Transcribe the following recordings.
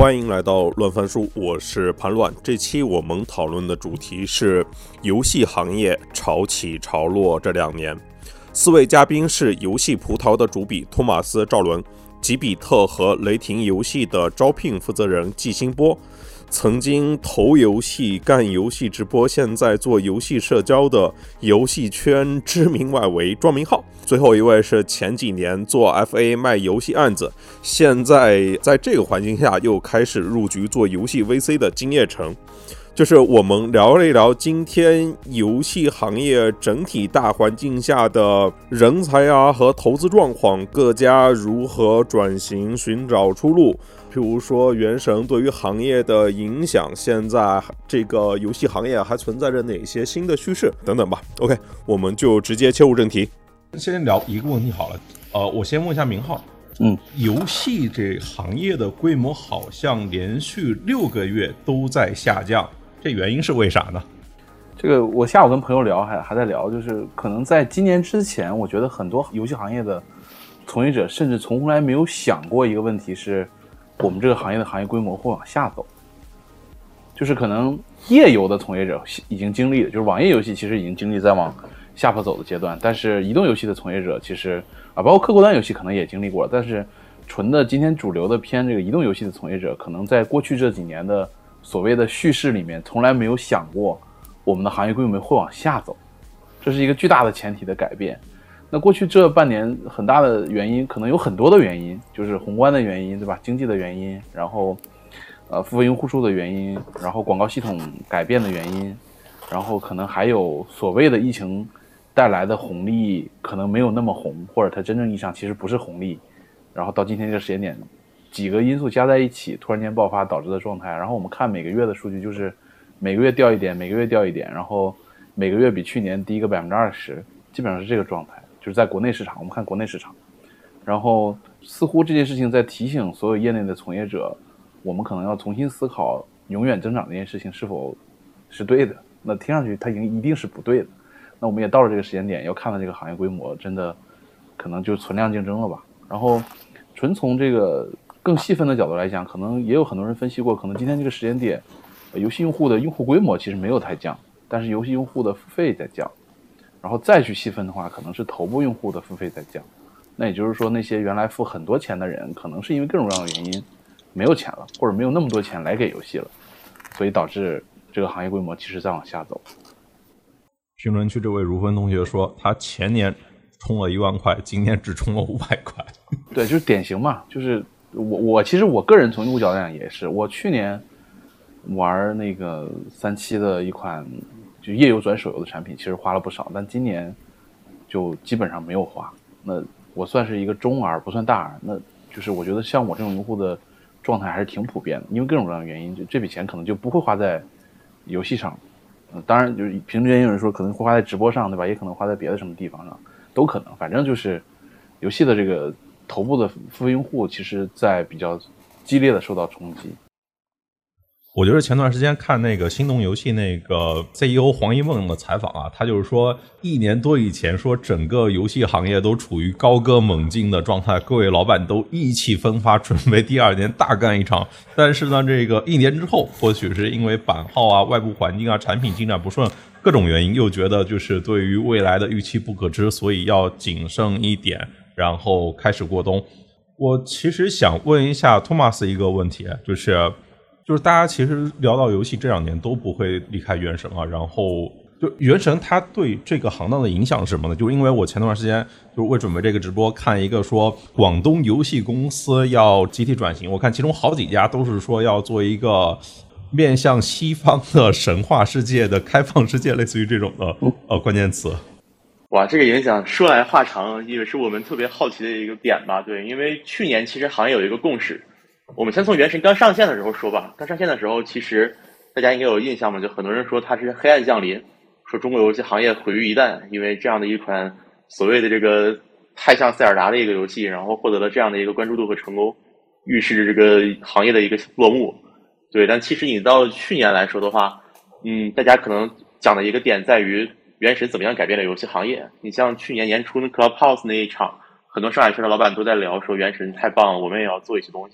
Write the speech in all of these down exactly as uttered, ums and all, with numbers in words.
欢迎来到乱翻书，我是盘乱。这期我们讨论的主题是游戏行业潮起潮落这两年。四位嘉宾是游戏葡萄的主笔托马斯·赵伦、吉比特和雷霆游戏的招聘负责人季新波，曾经投游戏、干游戏直播，现在做游戏社交的游戏圈知名外围庄明浩。最后一位是前几年做 F A 卖游戏案子，现在在这个环境下又开始入局做游戏 V C 的金叶成。就是我们聊一聊今天游戏行业整体大环境下的人才啊和投资状况，各家如何转型寻找出路，譬如说原神对于行业的影响，现在这个游戏行业还存在着哪些新的趋势等等吧。 OK， 我们就直接切入正题。 先聊一个问题好了，呃，我先问一下明浩，嗯，游戏这行业的规模好像连续六个月都在下降，这原因是为啥呢？ 这个我下午跟朋友聊还还在聊，就是可能在今年之前，我觉得很多游戏行业的从业者甚至从来没有想过一个问题是，我们这个行业的行业规模会往下走。就是可能页游的从业者已经经历了，就是网页游戏其实已经经历在往下坡走的阶段，但是移动游戏的从业者其实啊，包括客户端游戏可能也经历过了，但是纯的今天主流的偏这个移动游戏的从业者，可能在过去这几年的所谓的叙事里面，从来没有想过我们的行业规模会往下走，这是一个巨大的前提的改变。那过去这半年很大的原因，可能有很多的原因，就是宏观的原因，对吧？经济的原因，然后呃付费用户数的原因，然后广告系统改变的原因，然后可能还有所谓的疫情带来的红利可能没有那么红，或者它真正意义上其实不是红利，然后到今天这个时间点，几个因素加在一起突然间爆发导致的状态。然后我们看每个月的数据，就是每个月掉一点，每个月掉一点，然后每个月比去年低一个 百分之二十， 基本上是这个状态，就是在国内市场，我们看国内市场。然后似乎这件事情在提醒所有业内的从业者，我们可能要重新思考永远增长这件事情是否是对的。那听上去它一定是不对的，那我们也到了这个时间点，要看到这个行业规模真的可能就存量竞争了吧。然后纯从这个更细分的角度来讲，可能也有很多人分析过，可能今天这个时间点游戏用户的用户规模其实没有太降，但是游戏用户的付费在降，然后再去细分的话，可能是头部用户的付费在降。那也就是说，那些原来付很多钱的人，可能是因为各种各样的原因没有钱了，或者没有那么多钱来给游戏了，所以导致这个行业规模其实在往下走。 评论区这位如芬同学说，他前年充了一万块，今年只充了五百块。 对，就是典型嘛，就是我我其实我个人从用户角度讲也是，我去年玩那个三七的一款就页游转手游的产品，其实花了不少，但今年就基本上没有花。那我算是一个中 R 不算大 R， 那就是我觉得像我这种用户的状态还是挺普遍的，因为各种各样的原因，就这笔钱可能就不会花在游戏上。呃、当然就是评论区有人说可能会花在直播上，对吧？也可能花在别的什么地方上，都可能。反正就是游戏的这个头部的付费用户，其实在比较激烈的受到冲击。 我觉得前段时间看那个心动游戏那个 C E O 黄一梦的采访啊，他就是说一年多以前说整个游戏行业都处于高歌猛进的状态，各位老板都意气风发，准备第二年大干一场。但是呢，这个一年之后，或许是因为版号啊、外部环境啊、产品进展不顺各种原因，又觉得就是对于未来的预期不可知，所以要谨慎一点，然后开始过冬。我其实想问一下托马斯一个问题，就是就是大家其实聊到游戏这两年都不会离开原神啊，然后就原神它对这个行当的影响是什么呢？就是因为我前段时间就是为准备这个直播看一个说广东游戏公司要集体转型，我看其中好几家都是说要做一个面向西方的神话世界的开放世界，类似于这种的呃关键词。 哇，这个影响说来话长，也是我们特别好奇的一个点吧。对，因为去年其实行业有一个共识，我们先从原神刚上线的时候说吧。刚上线的时候，其实大家应该有印象嘛，就很多人说它是黑暗降临，说中国游戏行业毁于一旦，因为这样的一款所谓的这个太像塞尔达的一个游戏，然后获得了这样的一个关注度和成功，预示着这个行业的一个落幕。对，但其实你到去年来说的话，嗯，大家可能讲的一个点在于原神怎么样改变了游戏行业。你像去年年初的 Clubhouse 那一场，很多上海市的老板都在聊说原神太棒了，我们也要做一些东西。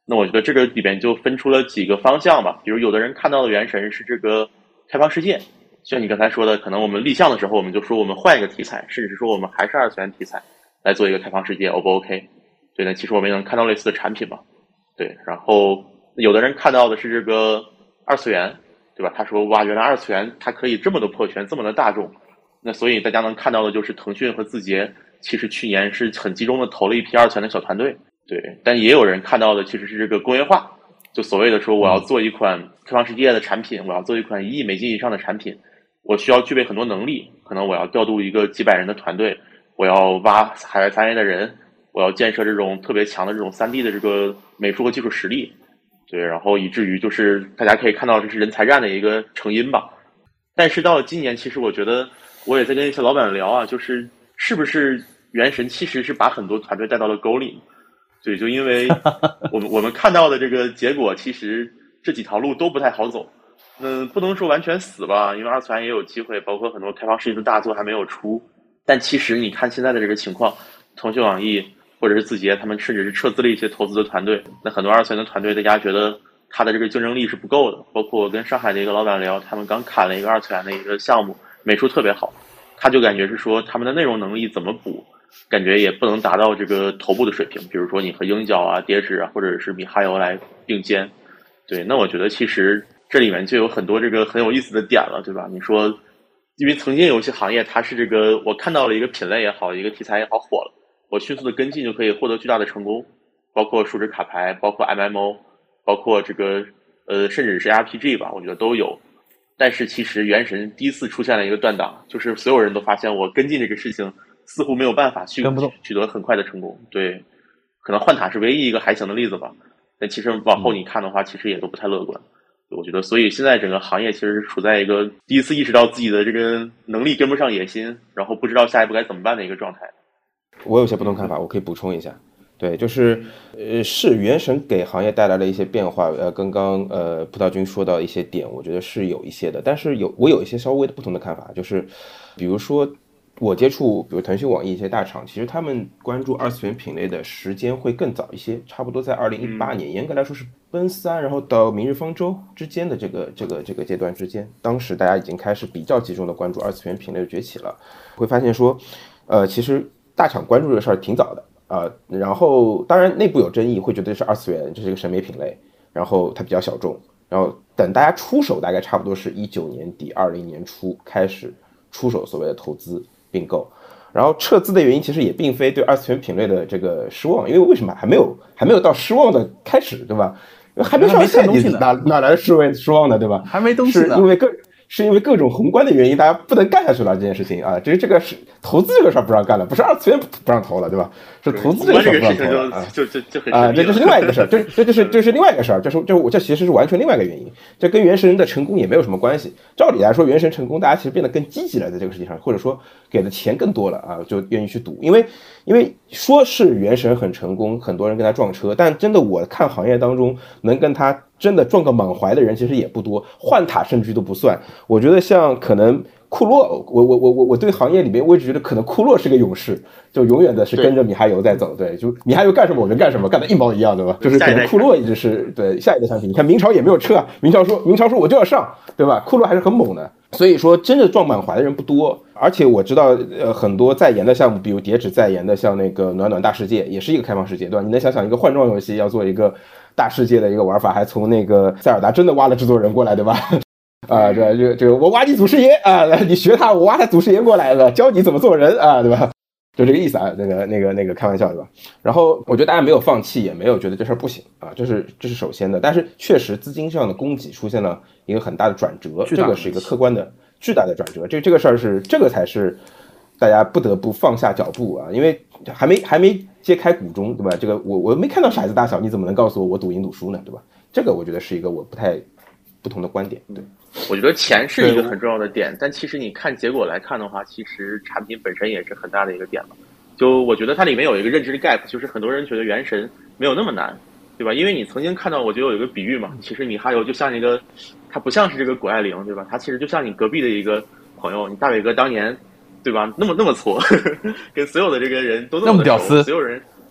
那我觉得这个里边就分出了几个方向吧，比如有的人看到的原神是这个开放世界，像你刚才说的，可能我们立项的时候我们就说我们换一个题材，甚至是说我们还是二次元题材来做一个开放世界 O 不 OK？ 对，那其实我们也能看到类似的产品嘛。对，然后有的人看到的是这个二次元，对吧？他说哇，原来二次元它可以这么的破圈，这么的大众。那所以大家能看到的就是腾讯和字节其实去年是很集中的投了一批二次元的小团队。对，但也有人看到的其实是这个工业化，就所谓的说我要做一款开放世界的产品，我要做一款一亿美金以上的产品，我需要具备很多能力，可能我要调度一个几百人的团队，我要挖海外三 A 的人，我要建设这种特别强的这种 三 D 的这个美术和技术实力。对，然后以至于就是大家可以看到这是人才战的一个成因吧。但是到了今年，其实我觉得我也在跟一些老板聊啊，就是是不是原神其实是把很多团队带到了沟里。对，就因为我们我们看到的这个结果，其实这几条路都不太好走。嗯，不能说完全死吧，因为二次元也有机会，包括很多开放世界的大作还没有出。但其实你看现在的这个情况，腾讯、网易或者是字节，他们甚至是撤资了一些投资的团队。那很多二次元的团队，大家觉得他的这个竞争力是不够的。包括我跟上海的一个老板聊，他们刚砍了一个二次元的一个项目，美术特别好，他就感觉是说他们的内容能力怎么补，感觉也不能达到这个头部的水平。比如说你和鹰角啊、叠纸啊，或者是米哈游来并肩。对，那我觉得其实这里面就有很多这个很有意思的点了，对吧？你说，因为曾经游戏行业它是这个，我看到了一个品类也好，一个题材也好火了，我迅速的跟进就可以获得巨大的成功，包括数值卡牌，包括 M M O， 包括这个呃，甚至是 R P G 吧，我觉得都有。但是其实原神第一次出现了一个断档，就是所有人都发现我跟进这个事情似乎没有办法去取得很快的成功。对，可能幻塔是唯一一个还行的例子吧。但其实往后你看的话，其实也都不太乐观。我觉得，所以现在整个行业其实是处在一个第一次意识到自己的这个能力跟不上野心，然后不知道下一步该怎么办的一个状态。 我有些不同看法，我可以补充一下。对，就是呃，是原神给行业带来了一些变化。呃，刚刚呃葡萄君说到一些点，我觉得是有一些的，但是有我有一些稍微的不同的看法，就是比如说我接触比如腾讯、网易一些大厂，其实他们关注二次元品类的时间会更早一些，差不多在二零一八年，严格来说是奔三，然后到明日方舟之间的这个这个这个阶段之间，当时大家已经开始比较集中的关注二次元品类的崛起了。会发现说，呃，其实大厂关注这个事儿挺早的啊、呃，然后当然内部有争议，会觉得是二次元这是一个审美品类，然后它比较小众，然后等大家出手，大概差不多是一九年底、二零年初开始出手所谓的投资并购。然后撤资的原因其实也并非对二次元品类的这个失望，因为为什么还没有还没有到失望的开始，对吧？还没上线，你哪哪来的失望失望的，对吧？ 还没东西呢， 是因为各是因为各种宏观的原因，大家不能干下去了这件事情啊。这这个是投资这个事儿不让干了，不是二次元不让投了，对吧？是投资这个事儿不让投了啊， 就就就很啊，这就是另外一个事儿，这这就是这是另外一个事儿，这是这我这其实是完全另外一个原因，这跟原神的成功也没有什么关系。照理来说，原神成功，大家其实变得更积极了，在这个事情上，或者说给的钱更多了啊，就愿意去赌，因为因为说是原神很成功，很多人跟他撞车，但真的我看行业当中能跟他真的撞个满怀的人其实也不多，换塔甚至都不算。我觉得像可能库洛，我我我我我对行业里面我一直觉得可能库洛是个勇士，就永远的是跟着米哈游在走，对，就米哈游干什么我就干什么，干的一毛一样，对吧？就是可能库洛一直是对下一代产品。你看明朝也没有撤啊，明朝说明朝说我就要上，对吧？库洛还是很猛的。所以说真的撞满怀的人不多，而且我知道呃很多在研的项目，比如叠纸在研的像那个暖暖大世界也是一个开放世界，对吧？你能想想一个换装游戏要做一个大世界的一个玩法，还从那个塞尔达真的挖了制作人过来，对吧？啊，这这这我挖你祖师爷啊，你学他，我挖他祖师爷过来了，教你怎么做人啊，对吧？就这个意思啊，那个那个那个开玩笑，对吧？然后我觉得大家没有放弃，也没有觉得这事儿不行啊，这是这是首先的。但是确实资金上的供给出现了一个很大的转折，这个是一个客观的巨大的转折。这这个事儿是这个才是大家不得不放下脚步啊，因为还没还没揭开股中，对吧？这个我我没看到骰子大小，你怎么能告诉我我赌赢赌输呢，对吧？这个我觉得是一个我不太不同的观点。对， 我觉得钱是一个很重要的点，但其实你看结果来看的话，其实产品本身也是很大的一个点了。就我觉得它里面有一个认知的 gap， 就是很多人觉得原神没有那么难，对吧？因为你曾经看到，我觉得有一个比喻嘛，其实米哈游就像一个，它不像是这个谷爱凌，对吧？它其实就像你隔壁的一个朋友，你大伟哥当年，对吧？那么那么挫，跟所有的这个人都那么屌丝， 所有人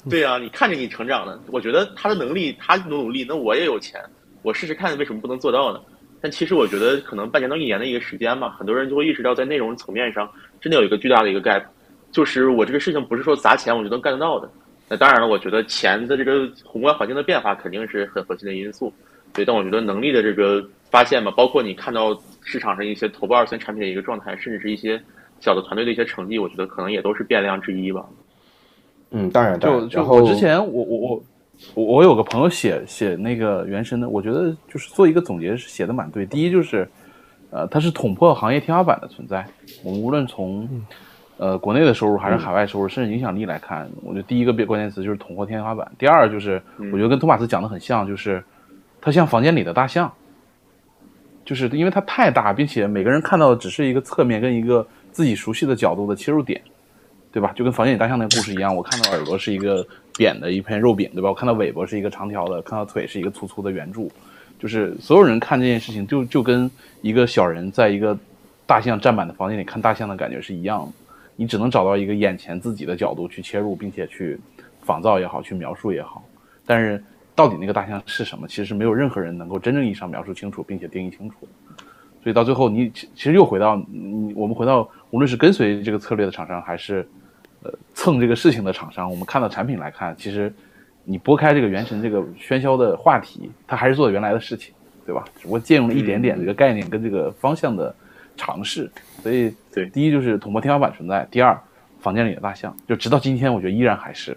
对啊，你看着你成长的，我觉得他的能力，他努努力，那我也有钱，我试试看为什么不能做到呢？但其实我觉得可能半年到一年的一个时间嘛，很多人就会意识到在内容层面上真的有一个巨大的一个 gap， 就是我这个事情不是说砸钱我就能干得到的。那当然了，我觉得钱的这个宏观环境的变化肯定是很核心的因素，对，但我觉得能力的这个发现嘛，包括你看到市场上一些头部二次元产品的一个状态，甚至是一些小的团队的一些成绩，我觉得可能也都是变量之一吧。 嗯，当然，当然。 就就我之前我我我我我有个朋友写写那个原神的，我觉得就是做一个总结写的蛮对。第一就是，呃，它是捅破行业天花板的存在。我们无论从呃国内的收入还是海外收入，甚至影响力来看，我觉得第一个关键词就是捅破天花板。第二就是，我觉得跟托马斯讲的很像，就是它像房间里的大象，就是因为它太大，并且每个人看到的只是一个侧面跟一个自己熟悉的角度的切入点。对吧？就跟房间里大象那个故事一样，我看到耳朵是一个扁的一片肉饼，对吧？我看到尾巴是一个长条的，看到腿是一个粗粗的圆柱，就是所有人看这件事情就就跟一个小人在一个大象占满的房间里看大象的感觉是一样的。你只能找到一个眼前自己的角度去切入，并且去仿造也好，去描述也好。但是到底那个大象是什么，其实是没有任何人能够真正意义上描述清楚，并且定义清楚的。所以到最后，你其实又回到你我们回到，无论是跟随这个策略的厂商，还是呃，蹭这个事情的厂商，我们看到产品来看，其实你拨开这个原神这个喧嚣的话题，它还是做原来的事情，对吧？只不过借用了一点点这个概念跟这个方向的尝试。所以，对，第一就是捅破天花板存在，第二，房间里的大象，就直到今天，我觉得依然还是。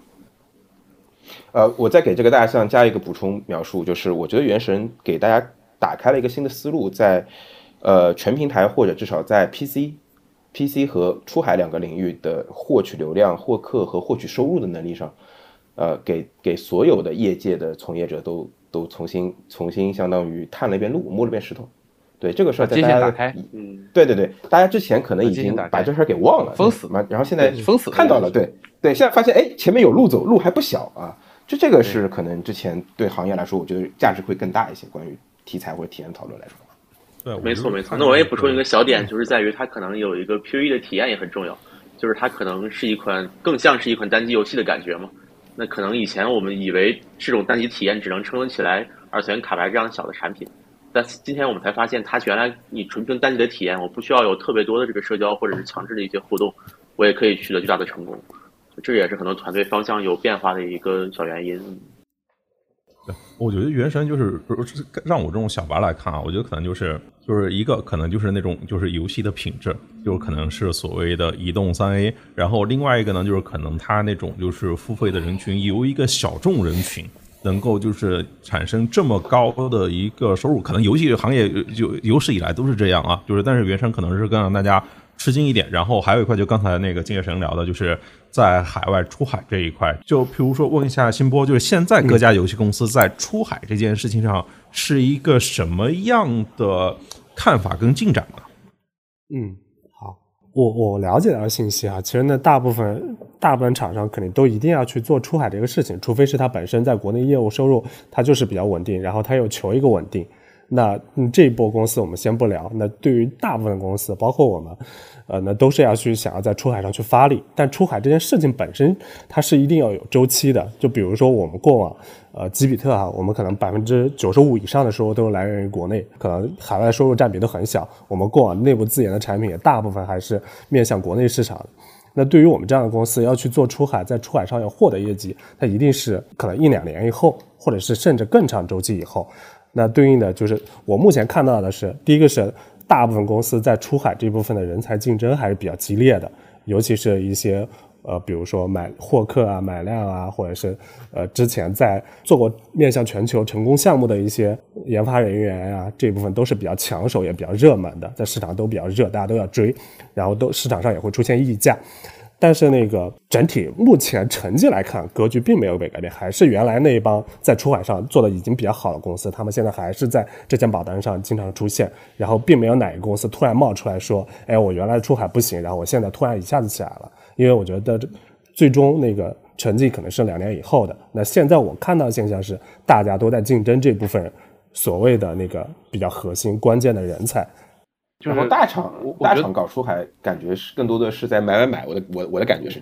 呃，我再给这个大象加一个补充描述，就是我觉得原神给大家打开了一个新的思路，在呃全平台或者至少在 P C。P C 和出海两个领域的获取流量、获客和获取收入的能力上，呃，给给所有的业界的从业者都都重新重新相当于探了一遍路，摸了遍石头。对这个事儿， 接线打开， 嗯，对对对，大家之前可能已经把这事儿给忘了， 封死嘛，然后现在封死看到了，对对，现在发现哎，前面有路走，路还不小啊，就这个是可能之前对行业来说，我觉得价值会更大一些，关于题材或者体验讨论来说。 对， 没错没错。那我也补充一个小点，就是在于它可能有一个 P V E 的体验也很重要，就是它可能是一款更像是一款单机游戏的感觉嘛。那可能以前我们以为这种单机体验只能撑得起来二次元卡牌这样小的产品，但今天我们才发现，它原来你纯凭单机的体验，我不需要有特别多的这个社交或者是强制的一些互动，我也可以取得巨大的成功。这也是很多团队方向有变化的一个小原因。 我觉得原神就是让我这种小白来看啊，我觉得可能就是就是一个可能就是那种就是游戏的品质，就是可能是所谓的移动 三 A， 然后另外一个呢就是可能它那种就是付费的人群由一个小众人群能够就是产生这么高的一个收入，可能游戏行业就有史以来都是这样啊，就是但是原神可能是更让大家吃惊一点。然后还有一块就刚才那个金月神聊的，就是在海外出海这一块，就譬如说问一下新波，就是现在各家游戏公司在出海这件事情上是一个什么样的看法跟进展呢？ 嗯，好，我我了解到的信息啊，其实呢，大部分大部分厂商肯定都一定要去做出海这个事情，除非是他本身在国内业务收入它就是比较稳定，然后他又求一个稳定。那、嗯、这一波公司我们先不聊，那对于大部分公司包括我们呃，那都是要去想要在出海上去发力，但出海这件事情本身它是一定要有周期的。就比如说我们过往呃吉比特啊，我们可能百分之九十五以上的收入都是来源于国内，可能海外收入占比都很小，我们过往内部自研的产品也大部分还是面向国内市场的。那对于我们这样的公司要去做出海，在出海上要获得业绩，它一定是可能一两年以后，或者是甚至更长周期以后。那对应的就是我目前看到的是，第一个是大部分公司在出海这部分的人才竞争还是比较激烈的，尤其是一些呃，比如说买获客啊、买量啊，或者是呃之前在做过面向全球成功项目的一些研发人员啊，这部分都是比较抢手也比较热门的，在市场都比较热，大家都要追，然后都市场上也会出现溢价。但是那个整体目前成绩来看，格局并没有被改变，还是原来那一帮在出海上做的已经比较好的公司，他们现在还是在这间榜单上经常出现，然后并没有哪个公司突然冒出来说，哎，我原来出海不行，然后我现在突然一下子起来了。因为我觉得最终那个成绩可能是两年以后的。那现在我看到的现象是，大家都在竞争这部分所谓的那个比较核心关键的人才。 然后大厂大厂搞出海，感觉是更多的是在买买买，我的我我的感觉是这样。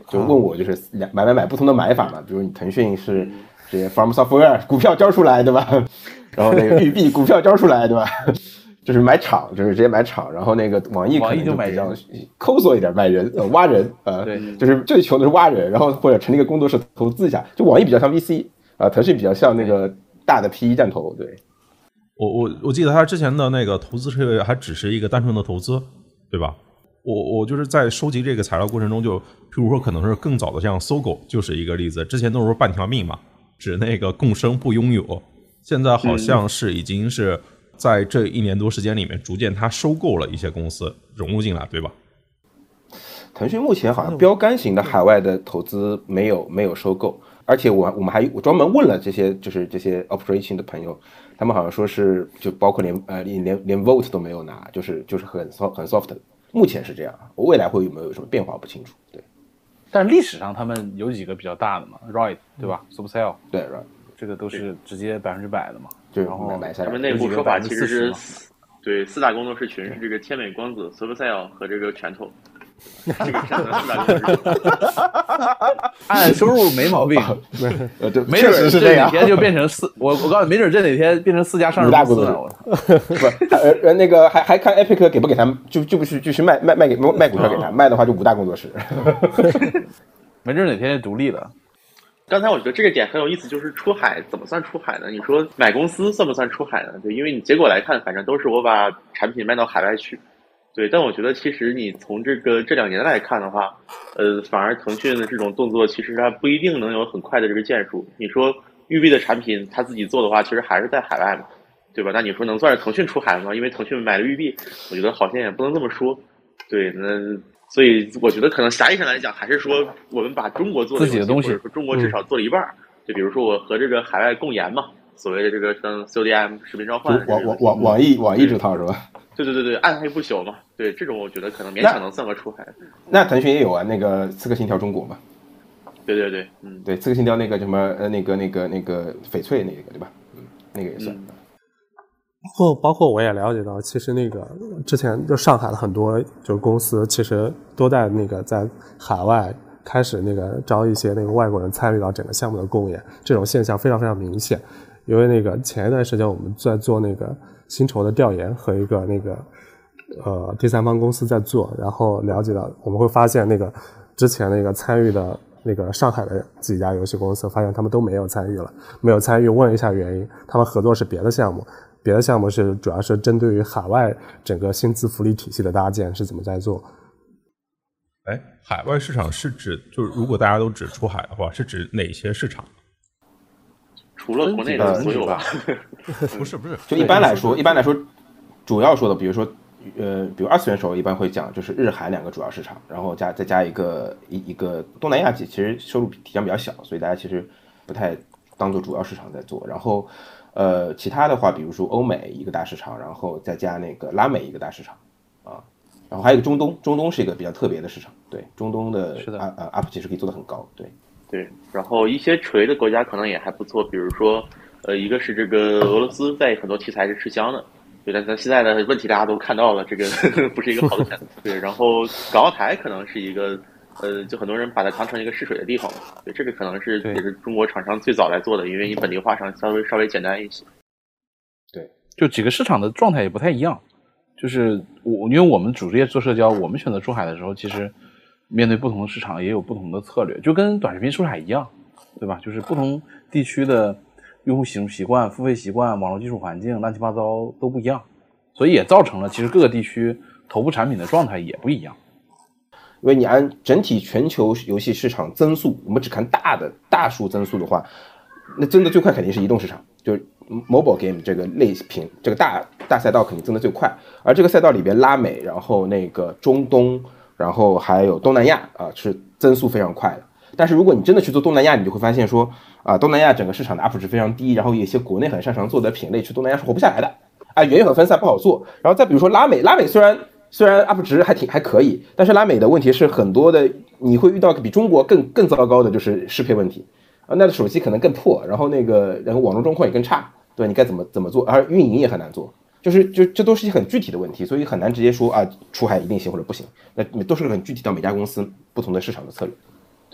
就问我就是买买买不同的买法嘛，比如你腾讯是直接 From Software 股票交出来，对吧？然后那个育碧股票交出来，对吧？就是买厂，就是直接买厂，然后那个网易可能就比较抠索一点，买人，呃，挖人，呃， 对， 就是最穷的是挖人，然后或者成立一个工作室投资一下。就网易比较像 V C， 啊、呃，腾讯比较像那个大的 P E 战投。对， 我我我记得他之前的那个投资策略还只是一个单纯的投资，对吧？我我就是在收集这个材料过程中就，譬如说可能是更早的像搜狗就是一个例子，之前都是半条命嘛，指那个共生不拥有，现在好像是已经是。在这一年多时间里面，逐渐它收购了一些公司，融入进来，对吧？ 腾讯目前好像标杆型的海外的投资没有没有收购，而且我我们还我专门问了这些就是这些 operation 的朋友，他们好像说是就包括连呃连连 vote 都没有拿，就是就是很 soft 很 soft 的，目前是这样，未来会有没有什么变化不清楚。对， 但是历史上他们有几个比较大的嘛 ，Roid 对吧 ？Supercell 对 Roid 这个都是直接百分之百的嘛。 就是然后买下来， 他们内部说法其实是对四大工作室群是这个天美光子、Supercell 和这个拳头，这个是四大工作室。 按收入没毛病， 呃，对， 没准确实是这样。 哪天就变成四，我我告诉你，没准这哪天变成四家上市公司了。我不，呃呃，那个还还看 Epic 给不给他们，就就不是继续卖卖卖给卖股票给他，卖的话就五大工作室。 没准哪天就独立了。 刚才我觉得这个点很有意思，就是出海怎么算出海呢？你说买公司算不算出海呢？对，因为你结果来看，反正都是我把产品卖到海外去。对，但我觉得其实你从这个这两年来看的话，呃，反而腾讯的这种动作其实它不一定能有很快的这个建树。你说育碧的产品它自己做的话，其实还是在海外嘛，对吧？那你说能算是腾讯出海吗？因为腾讯买了育碧，我觉得好像也不能这么说。对，那。所以我觉得可能狭义上来讲，还是说我们把中国做的自己的东西， 或者说中国至少做了一半、嗯。就比如说我和这个海外共研嘛，所谓的这个像 C O D M 视频召唤， 网网网网易网易这套是吧？ 对对对对，暗黑不朽嘛，对这种我觉得可能勉强能算个出海。 那, 那腾讯也有啊，那个刺客信条中国嘛。 对对对，嗯， 对，刺客信条那个什么呃那个那个那个翡翠那个对吧？嗯，那个也算。嗯包括包括我也了解到，其实那个之前就上海的很多就公司，其实都在那个在海外开始那个招一些那个外国人参与到整个项目的共研，这种现象非常非常明显。因为那个前一段时间我们在做那个薪酬的调研和一个那个呃第三方公司在做，然后了解到我们会发现那个之前那个参与的那个上海的几家游戏公司，发现他们都没有参与了，没有参与，问一下原因，他们合作是别的项目。别的项目是主要是针对于海外整个薪资福利体系的搭建是怎么在做？ 哎，海外市场是指就是如果大家都指出海的话，是指哪些市场？ 除了国内的所有吧？ 不是不是， 就一般来说，一般来说，主要说的，比如说呃，比如二次元时候一般会讲就是日韩两个主要市场，然后加再加一个一一个东南亚，其实收入体量比较小，所以大家其实不太当做主要市场在做，然后。呃，其他的话，比如说欧美一个大市场，然后再加那个拉美一个大市场，啊，然后还有一个中东，中东是一个比较特别的市场，对，中东的是的啊啊 up 其实可以做得很高，对对，然后一些垂的国家可能也还不错，比如说呃，一个是这个俄罗斯在很多题材是吃香的，对，但是现在的问题大家都看到了，这个呵呵不是一个好的选择，对，然后港澳台可能是一个。呃，就很多人把它当成一个试水的地方嘛，对，这个可能是也是中国厂商最早来做的，因为你本地化上稍微稍微简单一些。 对，就几个市场的状态也不太一样，就是我因为我们主业做社交，我们选择出海的时候，其实面对不同的市场也有不同的策略，就跟短视频出海一样，对吧？就是不同地区的用户使用习惯、付费习惯、网络基础环境乱七八糟都不一样，所以也造成了其实各个地区头部产品的状态也不一样。 因为你按整体全球游戏市场增速，我们只看大的大数增速的话，那增的最快肯定是移动市场，就是 mobile game 这个类品这个大大赛道肯定增的最快。而这个赛道里边，拉美，然后那个中东，然后还有东南亚啊，是增速非常快的。但是如果你真的去做东南亚，你就会发现说啊，东南亚整个市场的 up 值非常低，然后有一些国内很擅长做的品类去东南亚是活不下来的啊，原有很分散不好做。然后再比如说拉美，拉美虽然虽然 up 值还挺还可以，但是拉美的问题是很多的，你会遇到比中国更更糟糕的就是适配问题啊，那手机可能更破，然后那个然后网络状况也更差，对，你该怎么怎么做，而运营也很难做，就是就这都是一些很具体的问题，所以很难直接说啊出海一定行或者不行，那都是很具体到每家公司不同的市场的策略。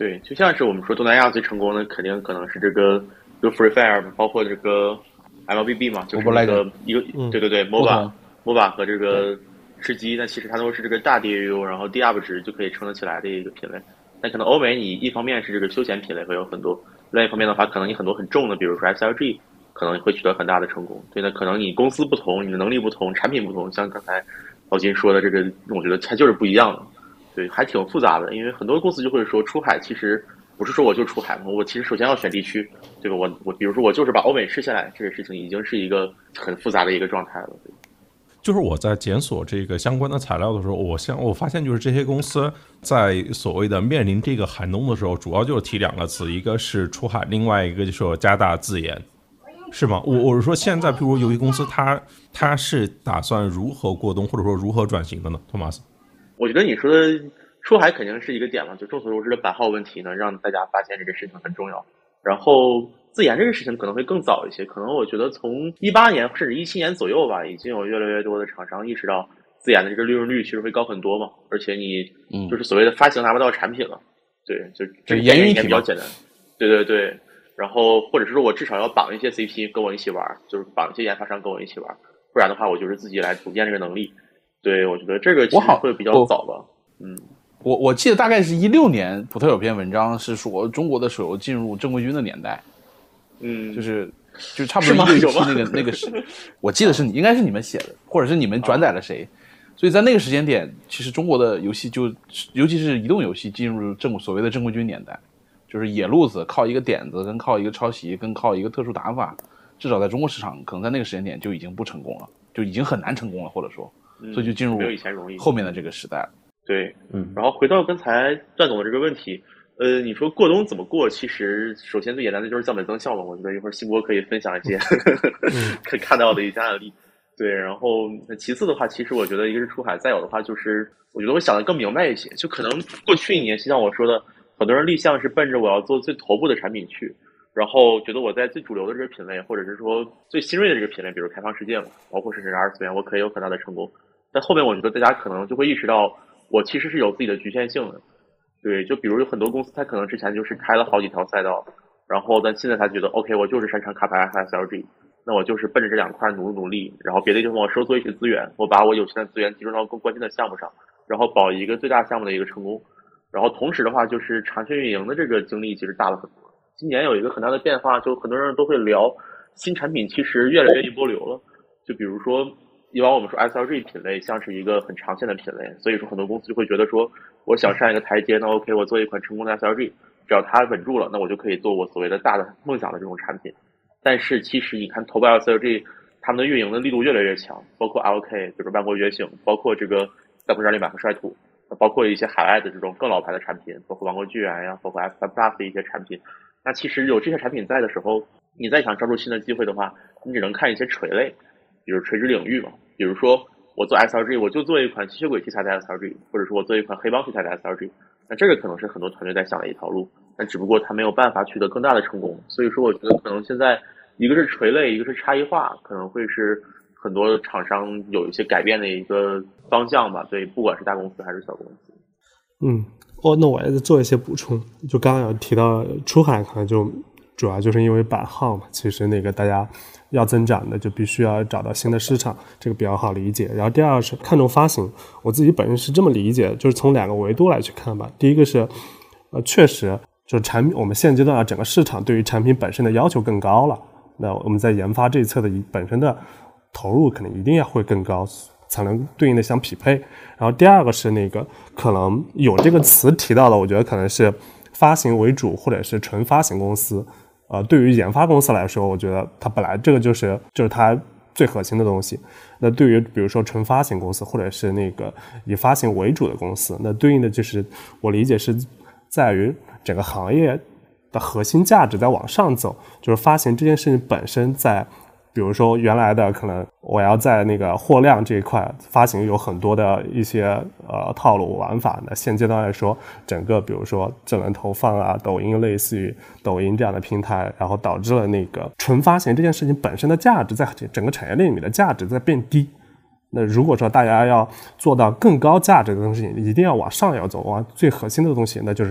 对，就像是我们说东南亚最成功的，肯定可能是这个这个 Free Fire， 包括这个 M L B B 嘛，就是那个一个、嗯、对对对 MOBA MOBA 和这个吃鸡，那其实它都是这个大 D A U， 然后低 U P 值就可以撑得起来的一个品类。但可能欧美你一方面是这个休闲品类会有很多，另一方面的话，可能你很多很重的，比如说 S L G， 可能会取得很大的成功。对，那可能你公司不同，你的能力不同，产品不同，像刚才老金说的这个，我觉得它就是不一样的。对，还挺复杂的，因为很多公司就会说出海其实不是说我就出海嘛，我其实首先要选地区，对吧？我我比如说我就是把欧美吃下来，这个事情已经是一个很复杂的一个状态了。对， 就是我在检索这个相关的材料的时候，我像我发现就是这些公司在所谓的面临这个寒冬的时候，主要就是提两个词，一个是出海，另外一个就是加大自研，是吗？我我是说现在，譬如游戏公司它它是打算如何过冬，或者说如何转型的呢？托马斯， 我觉得你说的出海肯定是一个点嘛，就众所周知的版号问题呢，让大家发现这个事情很重要。然后自研这个事情可能会更早一些，可能我觉得从一八年甚至一七年左右吧，已经有越来越多的厂商意识到自研的这个利润率其实会高很多嘛，而且你就是所谓的发行拿不到产品了，对，就这个研运比较简单，对对对。然后或者是说我至少要绑一些 C P 跟我一起玩，就是绑一些研发商跟我一起玩，不然的话我就是自己来组建这个能力。对，我觉得这个其实会比较早吧。嗯， 我我记得大概是一六年，普特有篇文章是说中国的手游进入正规军的年代。 嗯， 就是就是差不多一六一七那个那个是，我记得是你应该是你们写的，或者是你们转载了谁。所以在那个时间点，其实中国的游戏就尤其是移动游戏进入正所谓的正规军年代，就是野路子，靠一个点子跟靠一个抄袭跟靠一个特殊打法，至少在中国市场可能在那个时间点就已经不成功了，就已经很难成功了，或者说，所以就进入没有以前容易后面的这个时代了。 对，嗯。然后回到刚才段总的这个问题，呃，你说过冬怎么过？其实首先最简单的就是降本增效嘛。我觉得一会儿新波可以分享一些可以看到的一些案例。对，然后其次的话，其实我觉得一个是出海，再有的话就是我觉得我想的更明白一些，就可能过去一年就像我说的，很多人立项是奔着我要做最头部的产品去，然后觉得我在最主流的这个品类，或者是说最新锐的这个品类，比如开放世界嘛，包括甚至二次元，我可以有很大的成功。但后面我觉得大家可能就会意识到，我其实是有自己的局限性的。对，就比如有很多公司，它可能之前就是开了好几条赛道，然后但现在他觉得 OK， 我就是擅长卡牌和 S L G， 那我就是奔着这两块努努力，然后别的地方我收缩一些资源，我把我有限的资源集中到更关键的项目上，然后保一个最大项目的一个成功。然后同时的话，就是长线运营的这个精力其实大了很多。今年有一个很大的变化，就很多人都会聊新产品其实越来越一波流了。就比如说以往我们说 S L G 品类像是一个很长线的品类，所以说很多公司就会觉得说，我想上一个台阶，那 OK， 我做一款成功的 S L G， 只要它稳住了，那我就可以做我所谓的大的梦想的这种产品。但是其实你看头部 S L G 他们的运营的力度越来越强，包括 L K， 比如说万国觉醒，包括这个赛博战略版和率土，包括一些海外的这种更老牌的产品，包括王国巨源呀，包括 F Plus 的一些产品。那其实有这些产品在的时候，你再想抓住新的机会的话，你只能看一些垂类，比如垂直领域嘛，比如说我做 S L G， 我就做一款吸血鬼题材的 S L G， 或者说我做一款黑帮题材的 S L G， 那这个可能是很多团队在想的一条路，但只不过它没有办法取得更大的成功。所以说我觉得可能现在一个是垂类，一个是差异化，可能会是很多厂商有一些改变的一个方向吧。对，不管是大公司还是小公司。 嗯，哦，那我也做一些补充。就刚刚有提到出海，可能就主要就是因为版号嘛，其实那个大家要增长的就必须要找到新的市场，这个比较好理解。然后第二是看重发行，我自己本身是这么理解，就是从两个维度来去看吧。第一个是，呃，确实就是产品，我们现阶段整个市场对于产品本身的要求更高了，那我们在研发这一侧的本身的投入可能一定要会更高，才能对应的相匹配。然后第二个是那个可能有这个词提到的，我觉得可能是发行为主或者是纯发行公司。呃，对于研发公司来说，我觉得它本来这个就是就是它最核心的东西。那对于比如说纯发行公司或者是那个以发行为主的公司，那对应的就是我理解是在于整个行业的核心价值在往上走，就是发行这件事情本身在。比如说原来的可能我要在那个货量这一块发行有很多的一些呃套路玩法，那现阶段来说整个比如说智能投放啊，抖音类似于抖音这样的平台，然后导致了那个纯发行这件事情本身的价值在整个产业链里面的价值在变低。那如果说大家要做到更高价值的东西，一定要往上要走，往最核心的东西，那就是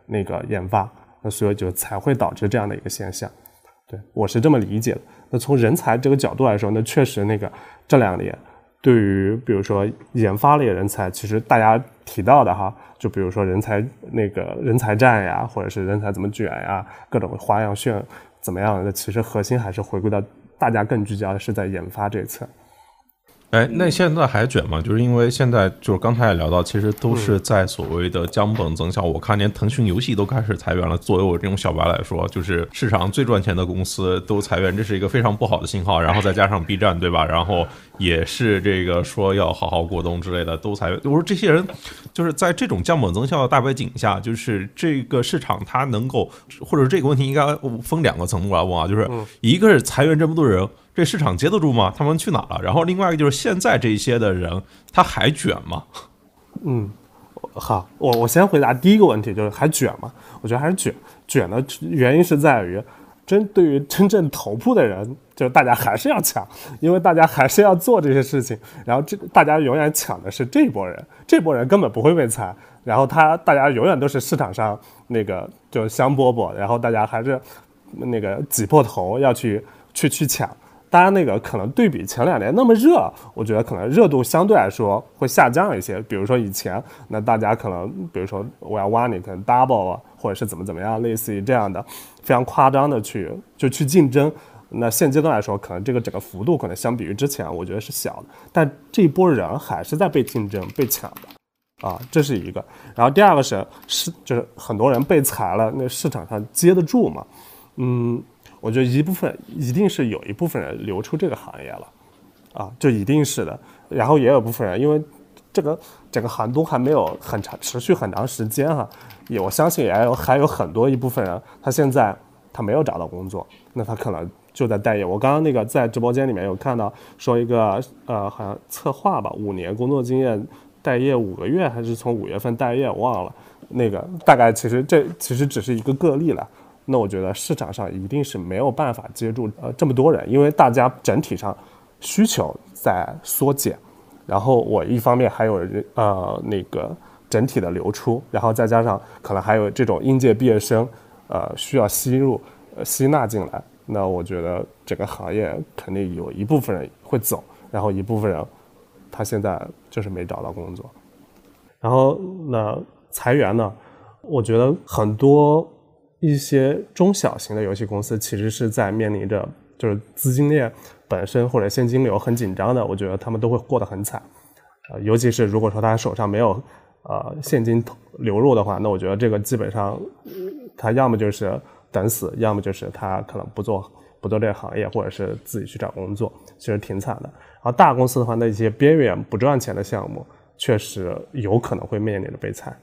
那个研发，那所以就才会导致这样的一个现象。对，我是这么理解的。那从人才这个角度来说，那确实那个这两年对于比如说研发类人才，其实大家提到的哈，就比如说人才那个人才战呀，或者是人才怎么卷呀，各种花样炫怎么样的，其实核心还是回归到大家更聚焦的是在研发这侧。 哎，那现在还卷吗？就是因为现在就是刚才也聊到，其实都是在所谓的降本增效。我看连腾讯游戏都开始裁员了。作为我这种小白来说，就是市场最赚钱的公司都裁员，这是一个非常不好的信号。然后再加上 B 站，对吧？然后也是这个说要好好过冬之类的，都裁员。我说这些人就是在这种降本增效的大背景下，就是这个市场它能够，或者这个问题应该分两个层度来问啊，就是一个是裁员这么多人。这市场接得住吗？他们去哪了？然后另外一个就是现在这些的人，他还卷吗？ 嗯，好，我我先回答第一个问题，就是还卷吗？我觉得还是卷。卷的原因是在于，针对于真正头部的人，就是大家还是要抢，因为大家还是要做这些事情。然后这大家永远抢的是这波人，这波人根本不会被裁。然后他大家永远都是市场上那个就香饽饽，然后大家还是那个挤破头要去去去抢。当然，那个可能对比前两年那么热，我觉得可能热度相对来说会下降一些。比如说以前，那大家可能，比如说我要挖你，可能 double 啊，或者是怎么怎么样，类似于这样的非常夸张的去就去竞争。那现阶段来说，可能这个整个幅度可能相比于之前，我觉得是小的。但这一波人还是在被竞争、被抢的啊，这是一个。然后第二个是是就是很多人被裁了，那市场上接得住吗？嗯。我觉得一部分一定是有一部分人流出这个行业了，啊，这一定是的。然后也有部分人，因为这个整个寒冬还没有很长持续很长时间哈，也我相信也有还有很多一部分人，他现在他没有找到工作，那他可能就在待业。我刚刚那个在直播间里面有看到说一个呃好像策划吧，五年工作经验待业五个月，还是从五月份待业我忘了，那个大概其实这其实只是一个个例了。那我觉得市场上一定是没有办法接住呃这么多人，因为大家整体上需求在缩减，然后我一方面还有呃那个整体的流出，然后再加上可能还有这种应届毕业生呃需要吸入呃吸纳进来，那我觉得整个行业肯定有一部分人会走，然后一部分人他现在就是没找到工作，然后那裁员呢，我觉得很多。一些中小型的游戏公司其实是在面临着就是资金链本身或者现金流很紧张的，我觉得他们都会过得很惨，呃，尤其是如果说他手上没有呃现金流入的话，那我觉得这个基本上他要么就是等死，要么就是他可能不做不做这个行业，或者是自己去找工作，其实挺惨的。然后大公司的话，那一些边缘不赚钱的项目，确实有可能会面临着被裁。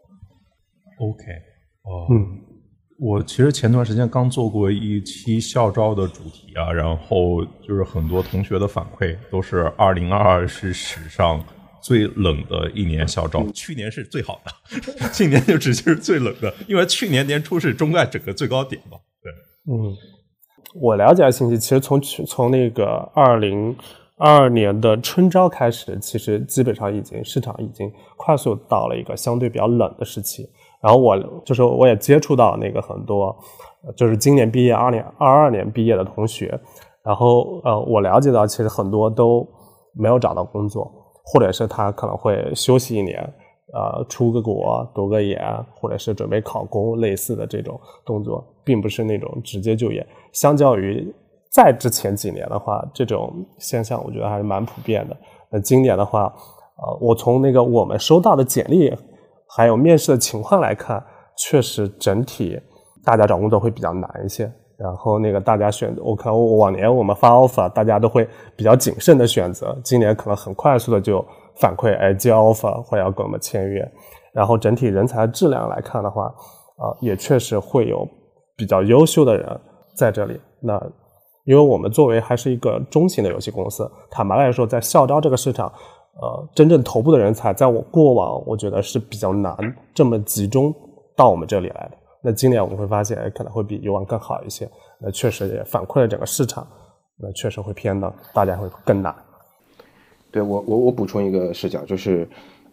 OK， 哦，嗯。我其实前段时间刚做过一期校招的主题啊，然后就是很多同学的反馈都是二零二二是史上最冷的一年校招，去年是最好的，今年就直接是最冷的，因为去年年初是中外整个最高点嘛。对， 嗯，我了解的信息，其实从从那个二零二二年的春招开始，其实基本上已经市场已经快速到了一个相对比较冷的时期。然后我就是我也接触到那个很多就是今年毕业二年二二年毕业的同学，然后呃我了解到其实很多都没有找到工作，或者是他可能会休息一年，呃出个国读个研，或者是准备考公类似的这种动作，并不是那种直接就业。相较于在之前几年的话，这种现象我觉得还是蛮普遍的。那今年的话呃我从那个我们收到的简历还有面试的情况来看，确实整体大家找工作会比较难一些。然后那个大家选择，我看往年我们发 offer 大家都会比较谨慎的选择，今年可能很快速的就反馈，哎，接 offer 或者要跟我们签约。然后整体人才质量来看的话，啊、呃，也确实会有比较优秀的人在这里。那因为我们作为还是一个中型的游戏公司，坦白来说，在校招这个市场。呃，真正头部的人才，在我过往，我觉得是比较难这么集中到我们这里来的。那今年我们会发现，可能会比以往更好一些。那确实也反馈了整个市场，那确实会偏的，大家会更难。 对我，我我补充一个视角，就是，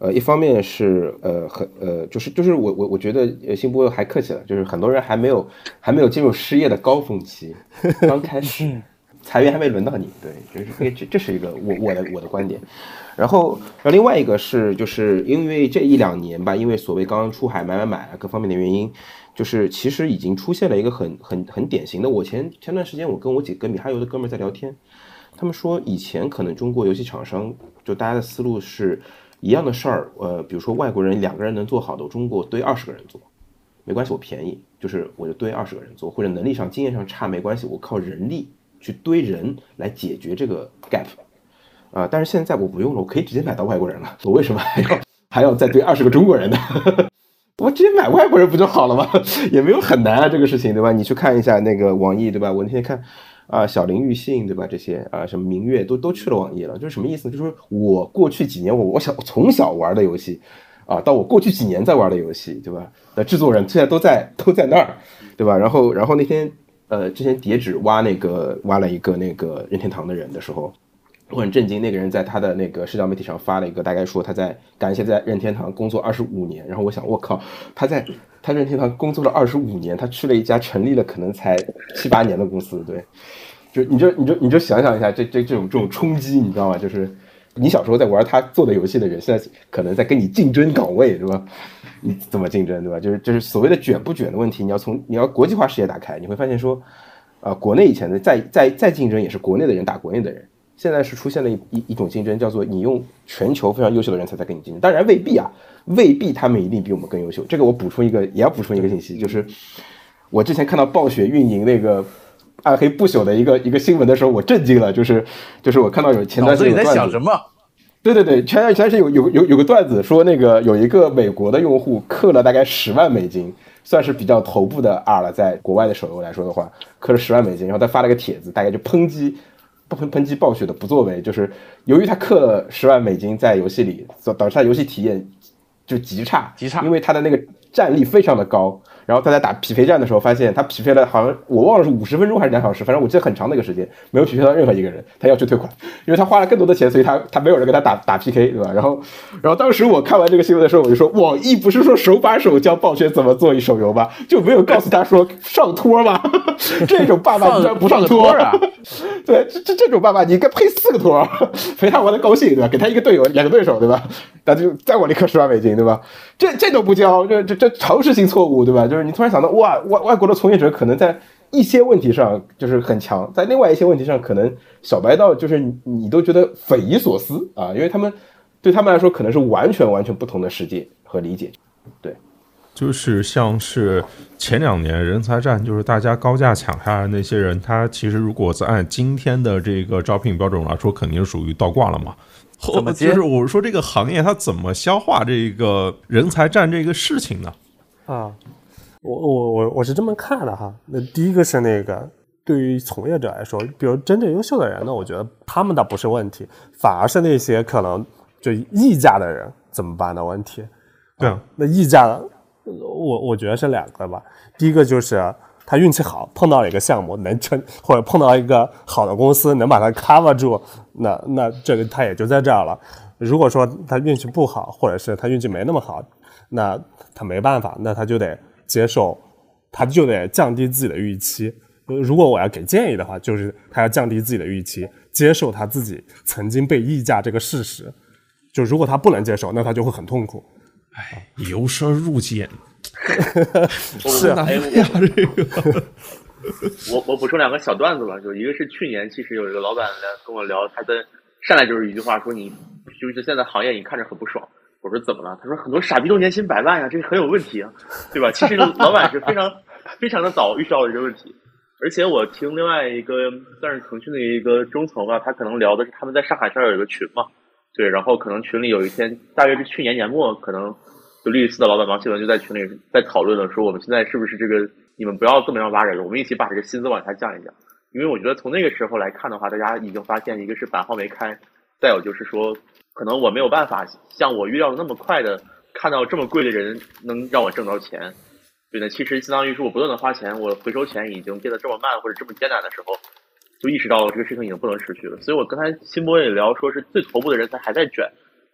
呃，一方面是呃很呃，就是就是我我我觉得呃新波还客气了，就是很多人还没有还没有进入失业的高峰期，刚开始裁员还没轮到你，对，就是这这是一个我我的我的观点。然后，然后另外一个是就是因为这一两年吧，因为所谓刚刚出海买买买各方面的原因，就是其实已经出现了一个很很很典型的。我前前段时间我跟我几个米哈游的哥们儿在聊天，他们说以前可能中国游戏厂商就大家的思路是。一样的事儿，呃，比如说外国人两个人能做好的，中国堆二十个人做，没关系，我便宜，就是我就堆二十个人做，或者能力上、经验上差没关系，我靠人力去堆人来解决这个 gap， 啊、呃，但是现在我不用了，我可以直接买到外国人了，我为什么还要还要再堆二十个中国人呢？我直接买外国人不就好了吗？也没有很难啊，这个事情，对吧？你去看一下那个网易，对吧？我那天看。啊，小林、玉信，对吧？这些啊，什么明月都都去了网易了，就是什么意思呢？就是说我过去几年我我小从小玩的游戏，啊，到我过去几年在玩的游戏，对吧？那制作人现在都在都在那儿，对吧？然后然后那天呃，之前叠纸挖那个挖了一个那个任天堂的人的时候，我很震惊，那个人在他的那个社交媒体上发了一个，大概说他在感谢在任天堂工作二十五年，然后我想，我靠，他在他任天堂工作了二十五年，他去了一家成立了可能才七八年的公司，对。就你就你就你就想想一下，这这这种这种冲击，你知道吗？就是你小时候在玩他做的游戏的人，现在可能在跟你竞争岗位，对吧？你怎么竞争，对吧？就是就是所谓的卷不卷的问题，你要从你要国际化视野打开，你会发现说，啊、呃，国内以前的再再再竞争也是国内的人打国内的人，现在是出现了一一一种竞争，叫做你用全球非常优秀的人才在跟你竞争，当然未必啊，未必他们一定比我们更优秀。这个我补充一个，也要补充一个信息，就是我之前看到暴雪运营那个。暗黑不朽的一个一个新闻的时候，我震惊了，就是就是我看到有前段时间有段子， 脑子里在想什么？ 对对对，前段前段时间有有有有个段子说，那个有一个美国的用户氪了大概十万美金，算是比较头部的 R 了，在国外的手游来说的话，氪了十万美金，然后他发了个帖子，大概就抨击抨抨击暴雪的不作为，就是由于他氪了十万美金在游戏里，导致他游戏体验就极差， 极差， 因为他的那个战力非常的高。然后他在打匹配战的时候，发现他匹配了好像我忘了是五十分钟还是两小时，反正我记得很长的一个时间没有匹配到任何一个人，他要去退款，因为他花了更多的钱，所以他他没有人跟他打打 P K， 对吧？然后然后当时我看完这个新闻的时候，我就说，网易不是说手把手教暴雪怎么做一手游吧，就没有告诉他说上托吗？这种爸爸你居然不上托啊？对，这这这种爸爸你应该配四个托，陪他玩的高兴，对吧？给他一个队友，两个对手，对吧？那就再往里氪十万美金，对吧？这这都不教，这这这常识性错误，对吧？就是你突然想到，哇，外外国的从业者可能在一些问题上就是很强，在另外一些问题上可能小白到就是你你都觉得匪夷所思啊，因为他们对他们来说可能是完全完全不同的世界和理解，对。 就是像是前两年人才战，就是大家高价抢下来那些人，他其实如果是按今天的这个招聘标准来说，肯定是属于倒挂了嘛。 怎么接？ 就是我说这个行业它怎么消化这个人才战这个事情呢？ 啊，我我我我是这么看的哈。那第一个是那个对于从业者来说，比如真正优秀的人呢，我觉得他们倒不是问题，反而是那些可能就溢价的人怎么办的问题。 对啊， 那溢价我我觉得是两个吧。第一个就是他运气好，碰到了一个项目能撑，或者碰到一个好的公司能把它 cover 住，那那这个他也就在这儿了。如果说他运气不好，或者是他运气没那么好，那他没办法，那他就得接受，他就得降低自己的预期。如果我要给建议的话，就是他要降低自己的预期，接受他自己曾经被溢价这个事实。就如果他不能接受，那他就会很痛苦。 哎，由奢入俭， 是啊， 哎呀，这个我我补充两个小段子吧，就一个是去年其实有一个老板来跟我聊，他的上来就是一句话说，你就是现在行业你看着很不爽。我说怎么了？他说很多傻逼都年薪百万呀，这很有问题啊，对吧？其实老板是非常非常的早预知到这个问题，而且我听另外一个算是腾讯的一个中层吧，他可能聊的是他们在上海这儿有一个群嘛，对，然后可能群里有一天大约是去年年末，可能就历次的老板王希文就在群里在讨论了，说我们现在是不是这个你们不要这么样挖人，我们一起把这个薪资往下降一降。因为我觉得从那个时候来看的话，大家已经发现一个是版号没开，再有就是说可能我没有办法像我预料的那么快的看到这么贵的人能让我挣到钱。对呢，其实相当于是我不断的花钱，我回收钱已经变得这么慢或者这么艰难的时候，就意识到这个事情已经不能持续了。所以我刚才新波也聊说是最头部的人才还在卷，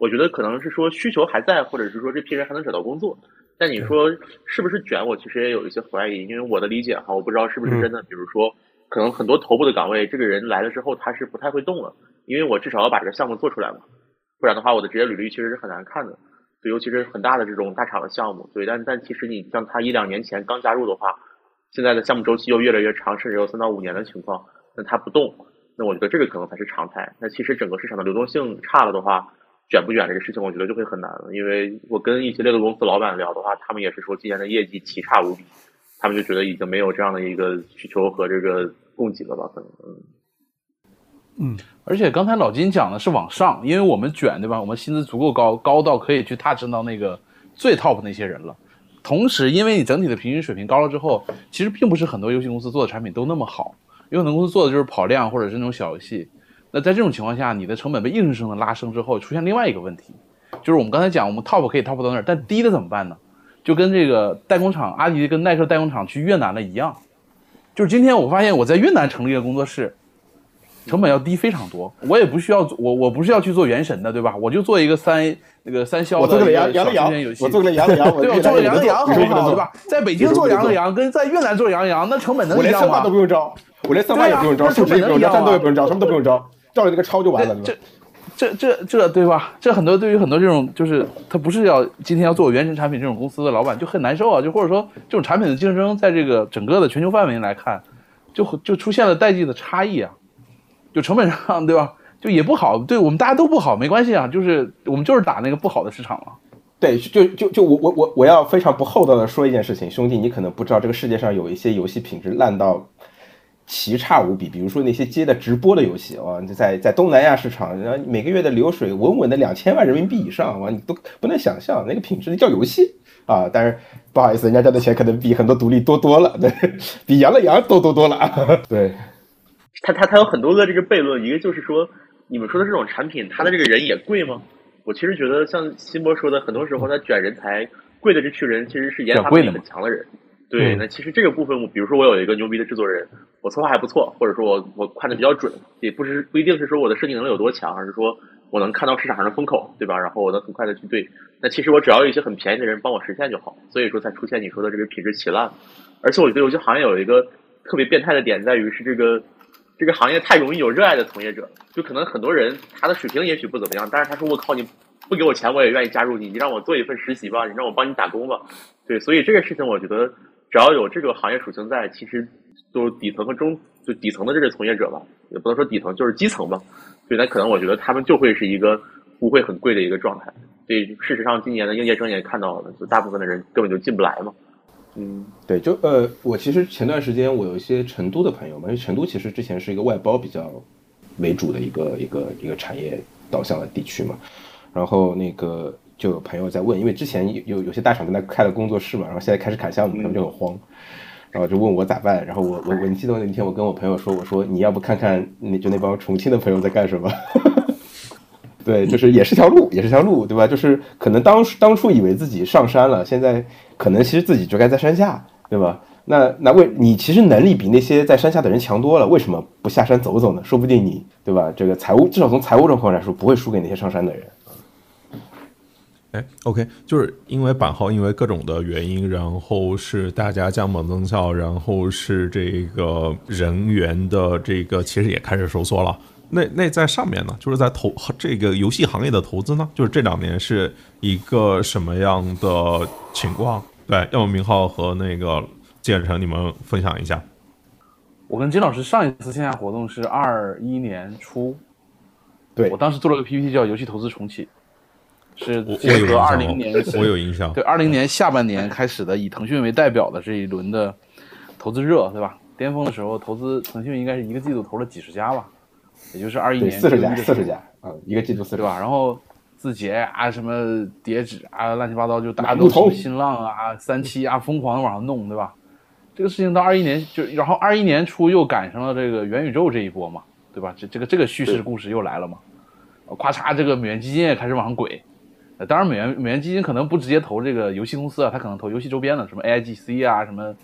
我觉得可能是说需求还在，或者是说这批人还能找到工作。但你说是不是卷，我其实也有一些怀疑，因为我的理解哈，我不知道是不是真的。比如说，可能很多头部的岗位，这个人来了之后他是不太会动了，因为我至少要把这个项目做出来嘛，不然的话我的职业履历其实是很难看的。对，尤其是很大的这种大厂的项目，对，但但其实你像他一两年前刚加入的话，现在的项目周期又越来越长，甚至有三到五年的情况，那他不动，那我觉得这个可能才是常态。那其实整个市场的流动性差了的话，卷不卷这个事情，我觉得就会很难了。因为我跟一些猎头公司老板聊的话，他们也是说今年的业绩奇差无比，他们就觉得已经没有这样的一个需求和这个供给了吧？可能，嗯。 嗯，而且刚才老金讲的是往上，因为我们卷，对吧？我们薪资足够高，高到可以去 touch 到那个最 top 那些人了。同时，因为你整体的平均水平高了之后，其实并不是很多游戏公司做的产品都那么好，有很多公司做的就是跑量或者是那种小游戏。那在这种情况下，你的成本被硬生生的拉升之后，出现另外一个问题，就是我们刚才讲，我们 top 可以 top 到那儿，但低的怎么办呢？就跟这个代工厂，阿迪跟耐克代工厂去越南了一样，就是今天我发现我在越南成立了工作室，成本要低非常多，我也不需要我我不是要去做原神的，对吧？我就做一个三那个三消的一个小休闲游戏， 我做个羊了羊， 对，我做个羊了羊很好，对吧？在北京做羊了羊跟在越南做羊了羊，那成本能一样吗？ 我连三八都不用招，我连三八也不用招，数值也不用招，战斗也不用招，什么都不用招，照着那个抄就完了， 这这这这对吧？这很多对于很多这种就是他不是要今天要做原神产品这种公司的老板就很难受啊，就或者说这种产品的竞争在这个整个的全球范围来看，就就出现了代际的差异啊。就成本上，对吧？就也不好，对我们大家都不好，没关系啊，就是我们就是打那个不好的市场了。 对，就就就我我我我要非常不厚道的说一件事情，兄弟，你可能不知道，这个世界上有一些游戏品质烂到奇差无比，比如说那些接的直播的游戏啊，在在东南亚市场，然后每个月的流水稳稳的两千万人民币以上，哇，你都不能想象那个品质叫游戏啊！但是不好意思，人家赚的钱可能比很多独立多多了，对，比羊了羊多多多了，对。 他他他有很多个这个悖论，一个就是说，你们说的这种产品，它的这个人也贵吗？我其实觉得像辛波说的，很多时候他卷人才贵的这群人，其实是研发能力很强的人。对，那其实这个部分，比如说我有一个牛逼的制作人，我策划还不错，或者说我我看的比较准，也不是不一定是说我的设计能力有多强，而是说我能看到市场上的风口，对吧？然后我能很快的去对。那其实我只要有一些很便宜的人帮我实现就好，所以说才出现你说的这个品质奇烂。而且我觉得游戏行业有一个特别变态的点在于是这个。这个行业太容易有热爱的从业者，就可能很多人他的水平也许不怎么样，但是他说我靠，你不给我钱我也愿意加入你，你让我做一份实习吧，你让我帮你打工吧。对，所以这个事情我觉得只要有这个行业属性在，其实就底层和中就底层的这个从业者吧，也不能说底层，就是基层吧。所以那可能我觉得他们就会是一个不会很贵的一个状态。所以事实上今年的应届生也看到了，就大部分的人根本就进不来嘛。 嗯，对，就呃，我其实前段时间我有一些成都的朋友嘛，因为成都其实之前是一个外包比较为主的一个一个一个产业导向的地区嘛，然后那个就有朋友在问，因为之前有有些大厂在那开了工作室嘛，然后现在开始砍项目，他们就很慌，然后就问我咋办，然后我我我记得那天我跟我朋友说，我说你要不看看那就那帮重庆的朋友在干什么。对，就是也是条路，也是条路，对吧？就是可能当当初以为自己上山了，现在可能其实自己就该在山下，对吧？那那为你其实能力比那些在山下的人强多了，为什么不下山走走呢？说不定你，对吧？这个财务至少从财务状况来说，不会输给那些上山的人。 哎 ，OK， 就是因为版号因为各种的原因，然后是大家降本增效，然后是这个人员的这个其实也开始收缩了。那那在上面呢，就是在投这个游戏行业的投资呢，就是这两年是一个什么样的情况？对，要么明浩和那个建成，你们分享一下。 我跟金老师上一次线下活动是二一年初， 对我当时做了个 P P T 叫游戏投资重启，是结合二零年， 我有印象， 对，二零年下半年开始的以腾讯为代表的这一轮的投资热，对吧？巅峰的时候投资腾讯应该是一个季度投了几十家吧。也就是二一年四十家，四十家啊，一个季度四十， 对吧？然后字节啊，什么叠纸啊，乱七八糟，就大家都什么新浪啊、三七啊，疯狂的往上弄，对吧？这个事情到二一年就，然后二一年初又赶上了这个元宇宙这一波嘛，对吧？这这个这个叙事故事又来了嘛，咔嚓，这个美元基金也开始往上滚。呃，当然美元美元基金可能不直接投这个游戏公司啊，它可能投游戏周边的，什么 A I G C 啊，什么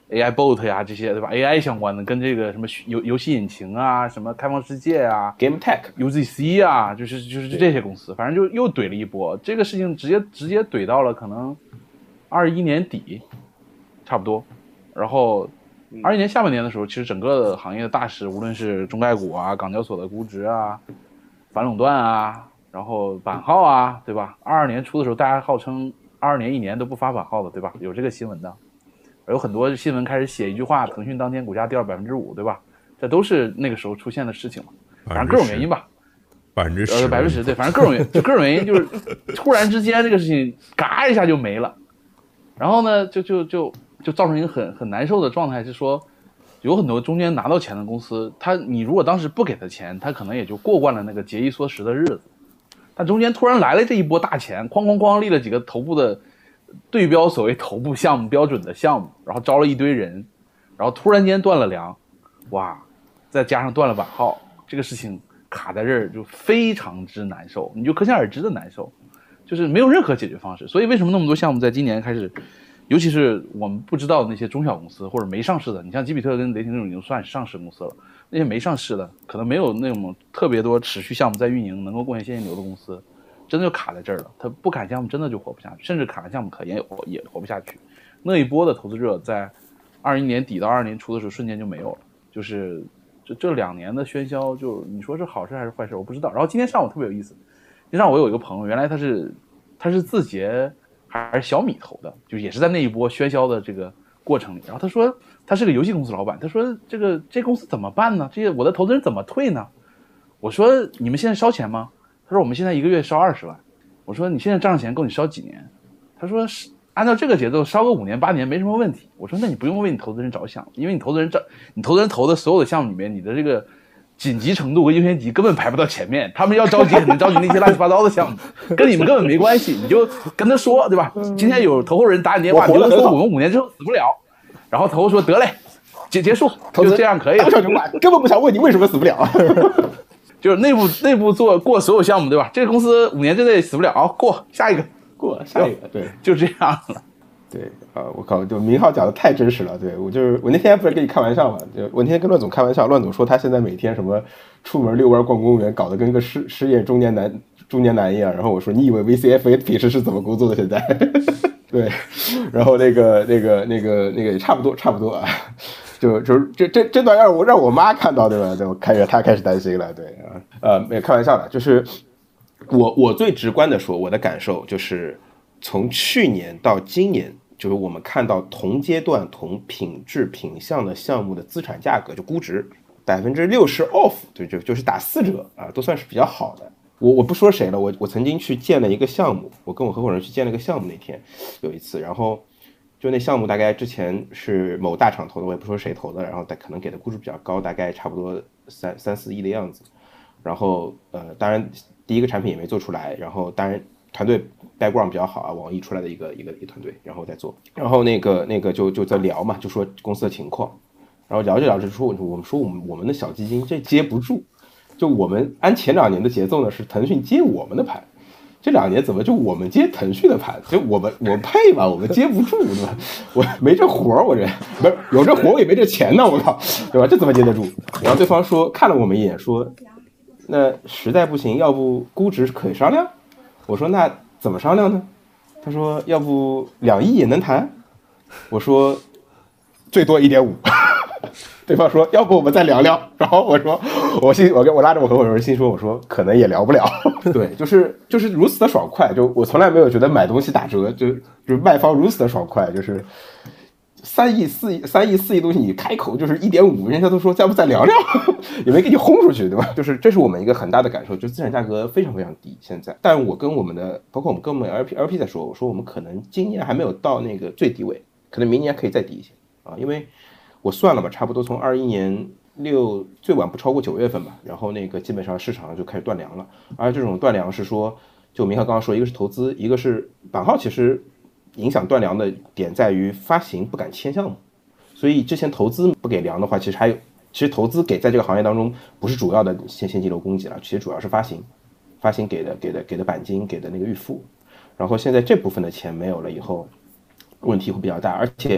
A I bot 呀这些对吧 ？A I 相关的，跟这个什么游游戏引擎啊，什么开放世界啊 ，Game Tech、 U Z C 啊，就是就是这些公司，反正就又怼了一波。这个事情直接直接怼到了可能二一年底，差不多。然后二一年下半年的时候，其实整个的行业的大势，无论是中概股啊、港交所的估值啊、反垄断啊，然后版号啊，对吧？二二年初的时候，大家号称二二年一年都不发版号的，对吧？有这个新闻的。有很多新闻开始写一句话，腾讯当天股价掉了百分之五，对吧？这都是那个时候出现的事情嘛。反正各种原因吧， 百分之十， 呃，百分之十，对，反正各种原因，就各种原因，就是突然之间这个事情嘎一下就没了，然后呢，就就就就造成一个很很难受的状态，是说有很多中间拿到钱的公司，他你如果当时不给他钱，他可能也就过惯了那个节衣缩食的日子，但中间突然来了这一波大钱，哐哐哐立了几个头部的。对标所谓头部项目标准的项目，然后招了一堆人，然后突然间断了粮，哇，再加上断了版号，这个事情卡在这儿就非常之难受，你就可想而知的难受，就是没有任何解决方式。所以为什么那么多项目在今年开始，尤其是我们不知道的那些中小公司或者没上市的，你像吉比特跟雷霆这种已经算是上市公司了，那些没上市的可能没有那种特别多持续项目在运营能够贡献现金流的公司。真的就卡在这儿了，它不砍项目真的就活不下去，甚至砍项目可能也活也活不下去。那一波的投资者在二一年底到二二年初的时候瞬间就没有了，就是这这两年的喧嚣，就你说是好事还是坏事我不知道。然后今天上午特别有意思，今天上午我有一个朋友，原来他是他是字节还是小米投的，就也是在那一波喧嚣的这个过程里。然后他说他是个游戏公司老板，他说这个这公司怎么办呢？这些我的投资人怎么退呢？我说你们现在烧钱吗？他说我们现在一个月烧二十万，我说你现在账上钱够你烧几年？他说是按照这个节奏烧个五年八年没什么问题。我说那你不用为你投资人着想，因为你投资人这你投资人投的所有的项目里面，你的这个紧急程度跟优先级根本排不到前面，他们要着急肯定着急那些乱七八糟的项目，跟你们根本没关系，你就跟他说对吧？今天有投后人打你电话，你就说我们五年之后死不了，然后投后说得嘞，结结束，就这样可以了， 根本不想问你为什么死不了。 就是内部内部做过所有项目，对吧？这个公司五年之内死不了，好过下一个， 过下一个，对， 就这样了。 对啊、呃，我靠，就明浩讲的太真实了。对我就是我那天不是跟你开玩笑嘛，就我那天跟乱总开玩笑，乱总说他现在每天什么出门遛弯逛公园，搞得跟个失失业中年男中年男一样。然后我说你以为 V C F A 平时是怎么工作的？现在对，然后那个那个那个那个也差不多差不多啊。就就这这这段让我让我妈看到对吧？对，我开始她开始担心了，对啊，呃，没有开玩笑的，就是我我最直观的说，我的感受就是从去年到今年，就是我们看到同阶段同品质品项的项目的资产价格就估值百分之六十 off， 对，就就是打四折啊，都算是比较好的。我我不说谁了，我我曾经去建了一个项目，我跟我合伙人去建了一个项目，那天有一次，然后。就那项目大概之前是某大厂投的，我也不说谁投的，然后可能给的估值比较高，大概差不多三三四亿的样子。然后呃，当然第一个产品也没做出来，然后当然团队 background 比较好啊，网易出来的一个一个一个团队，然后再做。然后那个那个就就在聊嘛，就说公司的情况，然后聊着聊着说，我们说我们我们的小基金这接不住，就我们按前两年的节奏呢是腾讯接我们的盘。这两年怎么就我们接腾讯的盘？就我们我配吧，我们接不住，对吧？我没这活儿，我这不是有这活儿，我也没这钱呢，我靠，对吧？这怎么接得住？然后对方说看了我们一眼，说那实在不行，要不估值可以商量。我说那怎么商量呢？他说要不两亿也能谈。我说最多一点五。对方说要不我们再聊聊，然后我说我心我跟我拉着我合伙人心说，我说可能也聊不了。对，就是就是如此的爽快，就我从来没有觉得买东西打折就就卖方如此的爽快，就是三亿四亿三亿四亿东西你开口就是一点五，人家都说要不再聊聊，也没给你轰出去，对吧？就是这是我们一个很大的感受，就资产价格非常非常低现在。但我跟我们的包括我们跟我们 L P L P 在说，我说我们可能今年还没有到那个最低位，可能明年可以再低一些啊，因为。我算了吧，差不多从二一年六最晚不超过九月份吧，然后那个基本上市场上就开始断粮了。而这种断粮是说，就明浩刚刚说，一个是投资，一个是版号，其实影响断粮的点在于发行不敢签项目，所以之前投资不给粮的话，其实还有，其实投资给在这个行业当中不是主要的现现金流供给了，其实主要是发行，发行给的给的给的本金给的那个预付，然后现在这部分的钱没有了以后，问题会比较大，而且。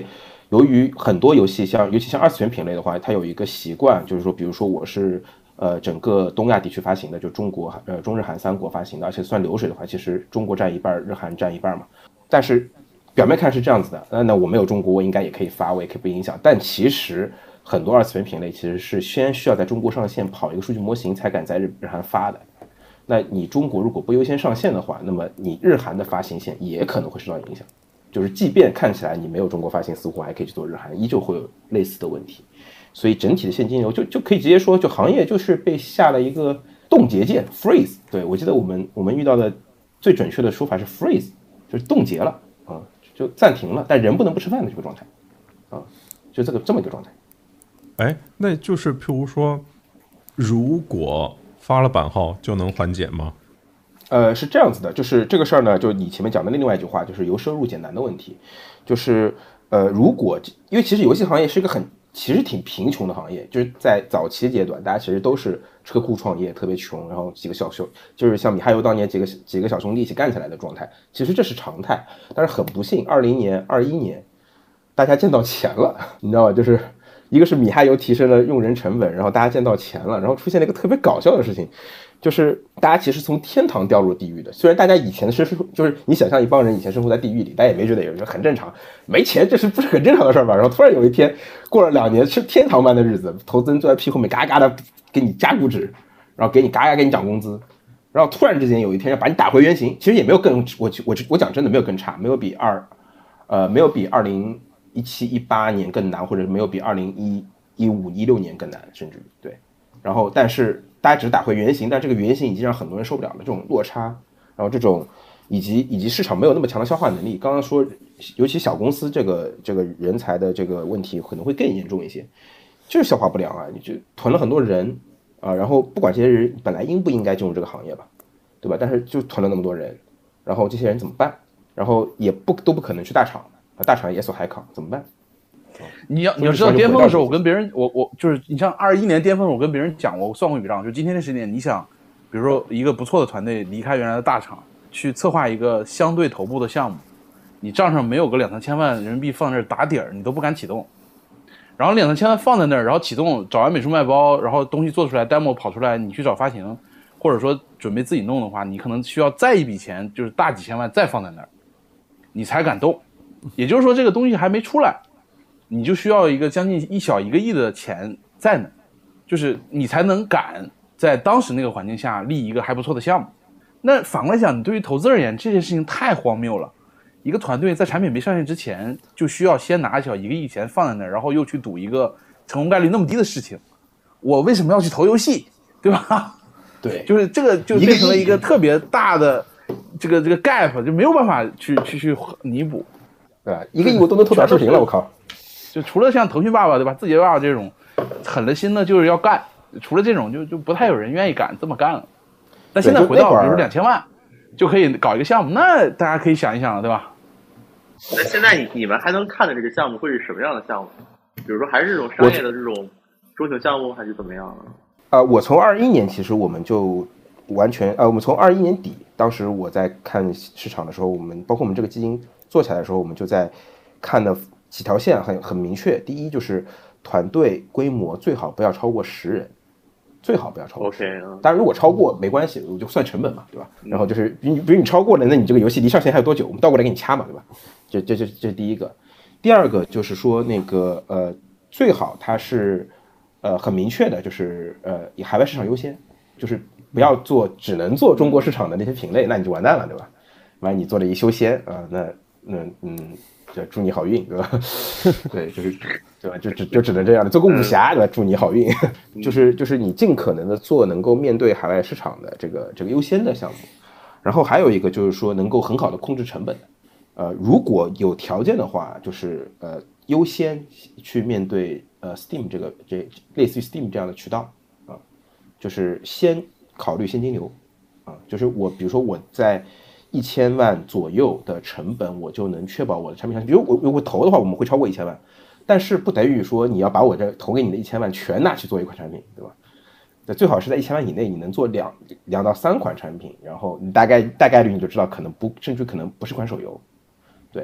由于很多游戏像，尤其像二次元品类的话，它有一个习惯，就是说，比如说我是呃整个东亚地区发行的，就中国呃中日韩三国发行的，而且算流水的话，其实中国占一半，日韩占一半嘛。但是表面看是这样子的，那那我没有中国，我应该也可以发，我也可以不影响。但其实很多二次元品类其实是先需要在中国上线跑一个数据模型，才敢在日日韩发的。那你中国如果不优先上线的话，那么你日韩的发行线也可能会受到影响。就是即便看起来你没有中国发行，似乎还可以去做日韩，依旧会有类似的问题。所以整体的现金流就就可以直接说，就行业就是被下了一个冻结键 freeze。对，我记得我们我们遇到的最准确的说法是 freeze， 就是冻结了啊，就暂停了，但人不能不吃饭的这个状态啊，就这个这么一个状态。 哎，那就是譬如说，如果发了版号就能缓解吗？ 呃，是这样子的，就是这个事儿呢，就你前面讲的另外一句话，就是由奢入俭难的问题，就是呃，如果因为其实游戏行业是一个很其实挺贫穷的行业，就是在早期阶段，大家其实都是车库创业，特别穷，然后几个小兄就是像米哈游当年几个几个小兄弟一起干起来的状态，其实这是常态。但是很不幸，二零年、二一年，大家见到钱了，你知道吗？就是一个是米哈游提升了用人成本，然后大家见到钱了，然后出现了一个特别搞笑的事情。就是大家其实从天堂掉入地狱的，虽然大家以前是就是你想象一帮人以前生活在地狱里，大家也没觉得有人很正常，没钱这是不是很正常的事儿吧？然后突然有一天过了两年是天堂般的日子，投资人坐在屁后面嘎嘎的给你加估值，然后给你嘎嘎给你涨工资，然后突然之间有一天要把你打回原形，其实也没有更我我我讲真的没有更差，没有比二呃没有比二零一七一八年更难，或者没有比二零一一五一六年更难，甚至于对，然后但是。大家只是打回原形，但这个原形已经让很多人受不了了。这种落差，然后这种以及以及市场没有那么强的消化能力。刚刚说，尤其小公司这个这个人才的这个问题可能会更严重一些，就是消化不良啊！你就囤了很多人啊，然后不管这些人本来应不应该进入这个行业吧，对吧？但是就囤了那么多人，然后这些人怎么办？然后也不都不可能去大厂，大厂也锁海考，怎么办？ 你要你要知道巅峰的时候，我跟别人我我就是你像二一年巅峰，我跟别人讲，我算过一笔账，就今天这时间，你想，比如说一个不错的团队离开原来的大厂，去策划一个相对头部的项目，你账上没有个两三千万人民币放那儿打底儿，你都不敢启动。然后两三千万放在那儿，然后启动，找完美术卖包，然后东西做出来 ，demo 跑出来，你去找发行，或者说准备自己弄的话，你可能需要再一笔钱，就是大几千万再放在那儿，你才敢动。也就是说，这个东西还没出来。你就需要一个将近一小一个亿的钱在那，就是你才能敢在当时那个环境下立一个还不错的项目。那反过来讲，你对于投资而言，这件事情太荒谬了。一个团队在产品没上线之前，就需要先拿一小一个亿钱放在那儿，然后又去赌一个成功概率那么低的事情。我为什么要去投游戏，对吧？ 对， 就是这个就变成了一个特别大的这个这个 gap， 就没有办法去去去弥补。 对吧？一个亿我都能投短视频了，我靠！ 就除了像腾讯爸爸对吧，字节爸爸这种狠了心的就是要干，除了这种就就不太有人愿意敢这么干了。但现在回到比如说两千万就可以搞一个项目，那大家可以想一想了，对吧？ 那现在你你们还能看的这个项目会是什么样的项目？比如说还是这种商业的这种中型项目，还是怎么样呢？ 呃，我从二一年其实我们就完全呃，我们从二一年底，当时我在看市场的时候，我们包括我们这个基金做起来的时候，我们就在看的。几条线很很明确，第一就是团队规模最好不要超过十人，最好不要超过十人。当然，如果超过没关系，我就算成本嘛，对吧？然后就是，比如比如你超过了，那你这个游戏离上线还有多久？我们倒过来给你掐嘛，对吧？这这这这是第一个。第二个就是说那个呃，最好它是呃很明确的，就是呃以海外市场优先，就是不要做只能做中国市场的那些品类，那你就完蛋了，对吧？完了你做了一修仙啊，那那嗯。就祝你好运，对吧？对，就是对吧？就只就只能这样的，做个武侠，对吧？祝你好运，就是就是你尽可能的做能够面对海外市场的这个这个优先的项目，然后还有一个就是说能够很好的控制成本的，呃，如果有条件的话，就是呃优先去面对呃 Steam 这个这类似于 Steam 这样的渠道啊，就是先考虑现金流啊，就是我比如说我在。一千万左右的成本，我就能确保我的产品上线。比如我如果投的话，我们会超过一千万，但是不等于说你要把我这投给你的一千万全拿去做一款产品，对吧？那最好是在一千万以内，你能做两两到三款产品，然后你大概大概率你就知道可能不，甚至可能不是款手游，对。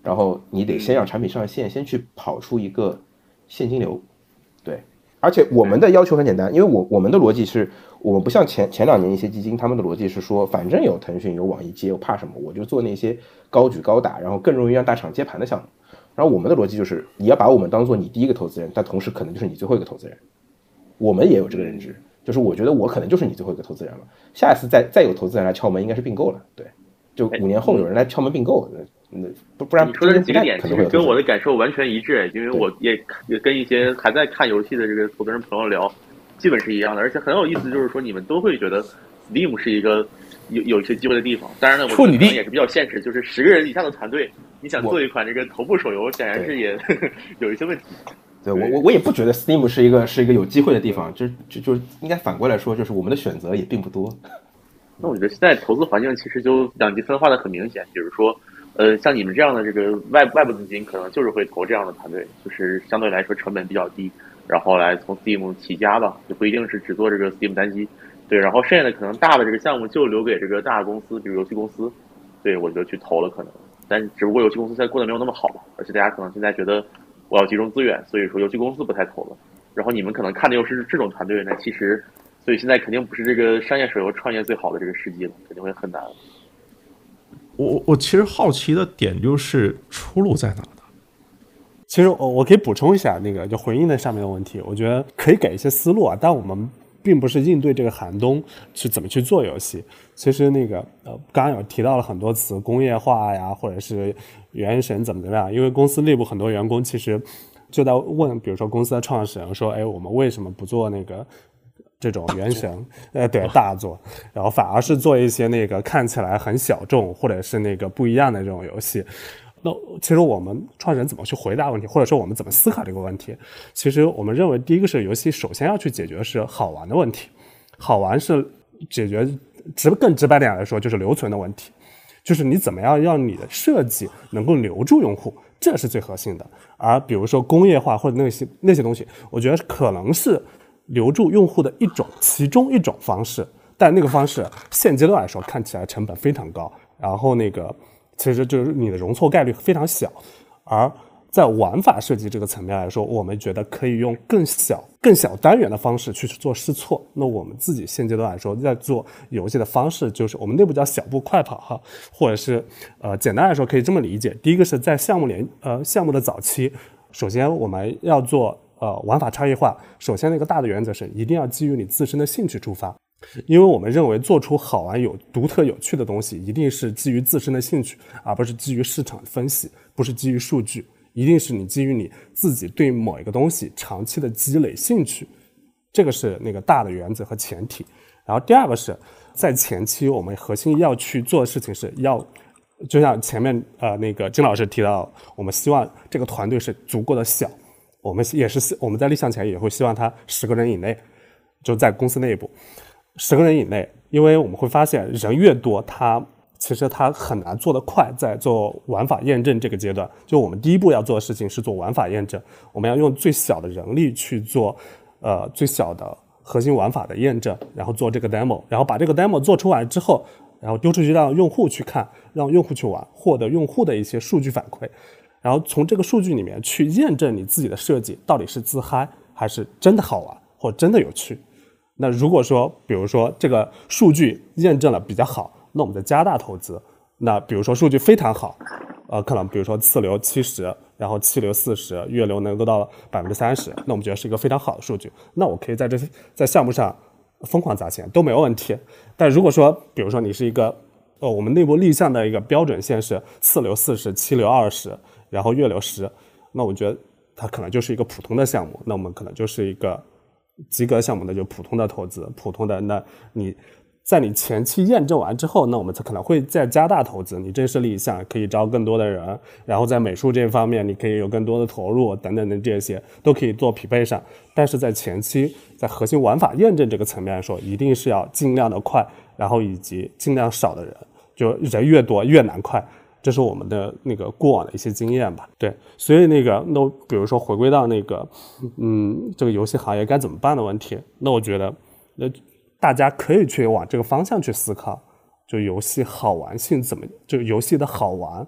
然后你得先让产品上线，先去跑出一个现金流。对，而且我们的要求很简单，因为我我们的逻辑是，我们不像前前两年一些基金，他们的逻辑是说，反正有腾讯有网易接，我怕什么？我就做那些高举高打，然后更容易让大厂接盘的项目。然后我们的逻辑就是，你要把我们当做你第一个投资人，但同时可能就是你最后一个投资人。我们也有这个认知，就是我觉得我可能就是你最后一个投资人了，下一次再再有投资人来敲门，应该是并购了。对，就五年后有人来敲门并购，那不不然你说的几个点其实跟我的感受完全一致，因为我也也跟一些还在看游戏的这个投资人朋友聊，基本是一样的，而且很有意思，就是说你们都会觉得 Steam 是一个有有一些机会的地方。当然呢，我觉得也是比较现实，就是十个人以上的团队，你想做一款这个头部手游，显然是也有一些问题。 对，我我我也不觉得 Steam 是一个是一个有机会的地方，就就就应该反过来说，就是我们的选择也并不多。 那我觉得现在投资环境其实就两极分化的很明显，比如说，呃，像你们这样的这个外外部资金，可能就是会投这样的团队，就是相对来说成本比较低，然后来从 Steam 起家吧，就不一定是只做这个 Steam 单机。对，然后剩下的可能大的这个项目就留给这个大公司，比如游戏公司，对我就去投了可能，但只不过游戏公司现在过得没有那么好吧，而且大家可能现在觉得我要集中资源，所以说游戏公司不太投了。然后你们可能看的又是这种团队呢，其实，所以现在肯定不是这个商业手游创业最好的这个时机了，肯定会很难。 我我其实好奇的点就是出路在哪呢？ 其实我我可以补充一下那个就回应那上面的问题，我觉得可以给一些思路啊，但我们并不是应对这个寒冬去怎么去做游戏。其实那个呃，刚刚有提到了很多词，工业化呀，或者是原神怎么怎么样。因为公司内部很多员工其实就在问，比如说公司的创始人说，哎，我们为什么不做那个这种原神？呃，对，大作，然后反而是做一些那个看起来很小众或者是那个不一样的这种游戏。那其实我们创始人怎么去回答问题，或者说我们怎么思考这个问题？其实我们认为，第一个是游戏首先要去解决的是好玩的问题，好玩是解决直更直白点来说就是留存的问题，就是你怎么样让你的设计能够留住用户，这是最核心的。而比如说工业化或者那些那些东西，我觉得可能是留住用户的一种其中一种方式，但那个方式现阶段来说看起来成本非常高，然后那个其实就是你的容错概率非常小。而在玩法设计这个层面来说，我们觉得可以用更小更小单元的方式去做试错。那我们自己现阶段来说在做游戏的方式，就是我们内部叫小步快跑哈，或者是呃简单来说可以这么理解。第一个是在项目连呃项目的早期，首先我们要做呃玩法差异化，首先那个大的原则是一定要基于你自身的兴趣出发。因为我们认为做出好玩有独特有趣的东西一定是基于自身的兴趣，而不是基于市场分析，不是基于数据，一定是你基于你自己对某一个东西长期的积累兴趣，这个是那个大的原则和前提。然后第二个是在前期我们核心要去做的事情是要就像前面呃那个金老师提到，我们希望这个团队是足够的小，我们也是我们在立项前也会希望它十个人以内，就在公司内部十个人以内，因为我们会发现人越多，它其实它很难做得快。在做玩法验证这个阶段，就我们第一步要做的事情是做玩法验证，我们要用最小的人力去做呃最小的核心玩法的验证，然后做这个 demo， 然后把这个 demo 做出来之后，然后丢出去让用户去看，让用户去玩，获得用户的一些数据反馈，然后从这个数据里面去验证你自己的设计到底是自嗨还是真的好玩或真的有趣。那如果说比如说这个数据验证了比较好，那我们再加大投资。那比如说数据非常好，呃，可能比如说次流七十，然后七流四十，月流能够到百分之三十，那我们觉得是一个非常好的数据。那我可以在这在项目上疯狂砸钱都没有问题。但如果说比如说你是一个呃，我们内部立项的一个标准线是次流四十，七流二十，然后月流十，那我觉得它可能就是一个普通的项目，那我们可能就是一个及格项目的就普通的投资，普通的那你在你前期验证完之后，那我们可能会再加大投资，你正式立项可以招更多的人，然后在美术这方面你可以有更多的投入等等的这些都可以做匹配上。但是在前期在核心玩法验证这个层面来说，一定是要尽量的快，然后以及尽量少的人，就人越多越难快，这是我们的那个过往的一些经验吧。对，所以那个那比如说回归到那个嗯这个游戏行业该怎么办的问题，那我觉得那大家可以去往这个方向去思考，就游戏好玩性怎么，就游戏的好玩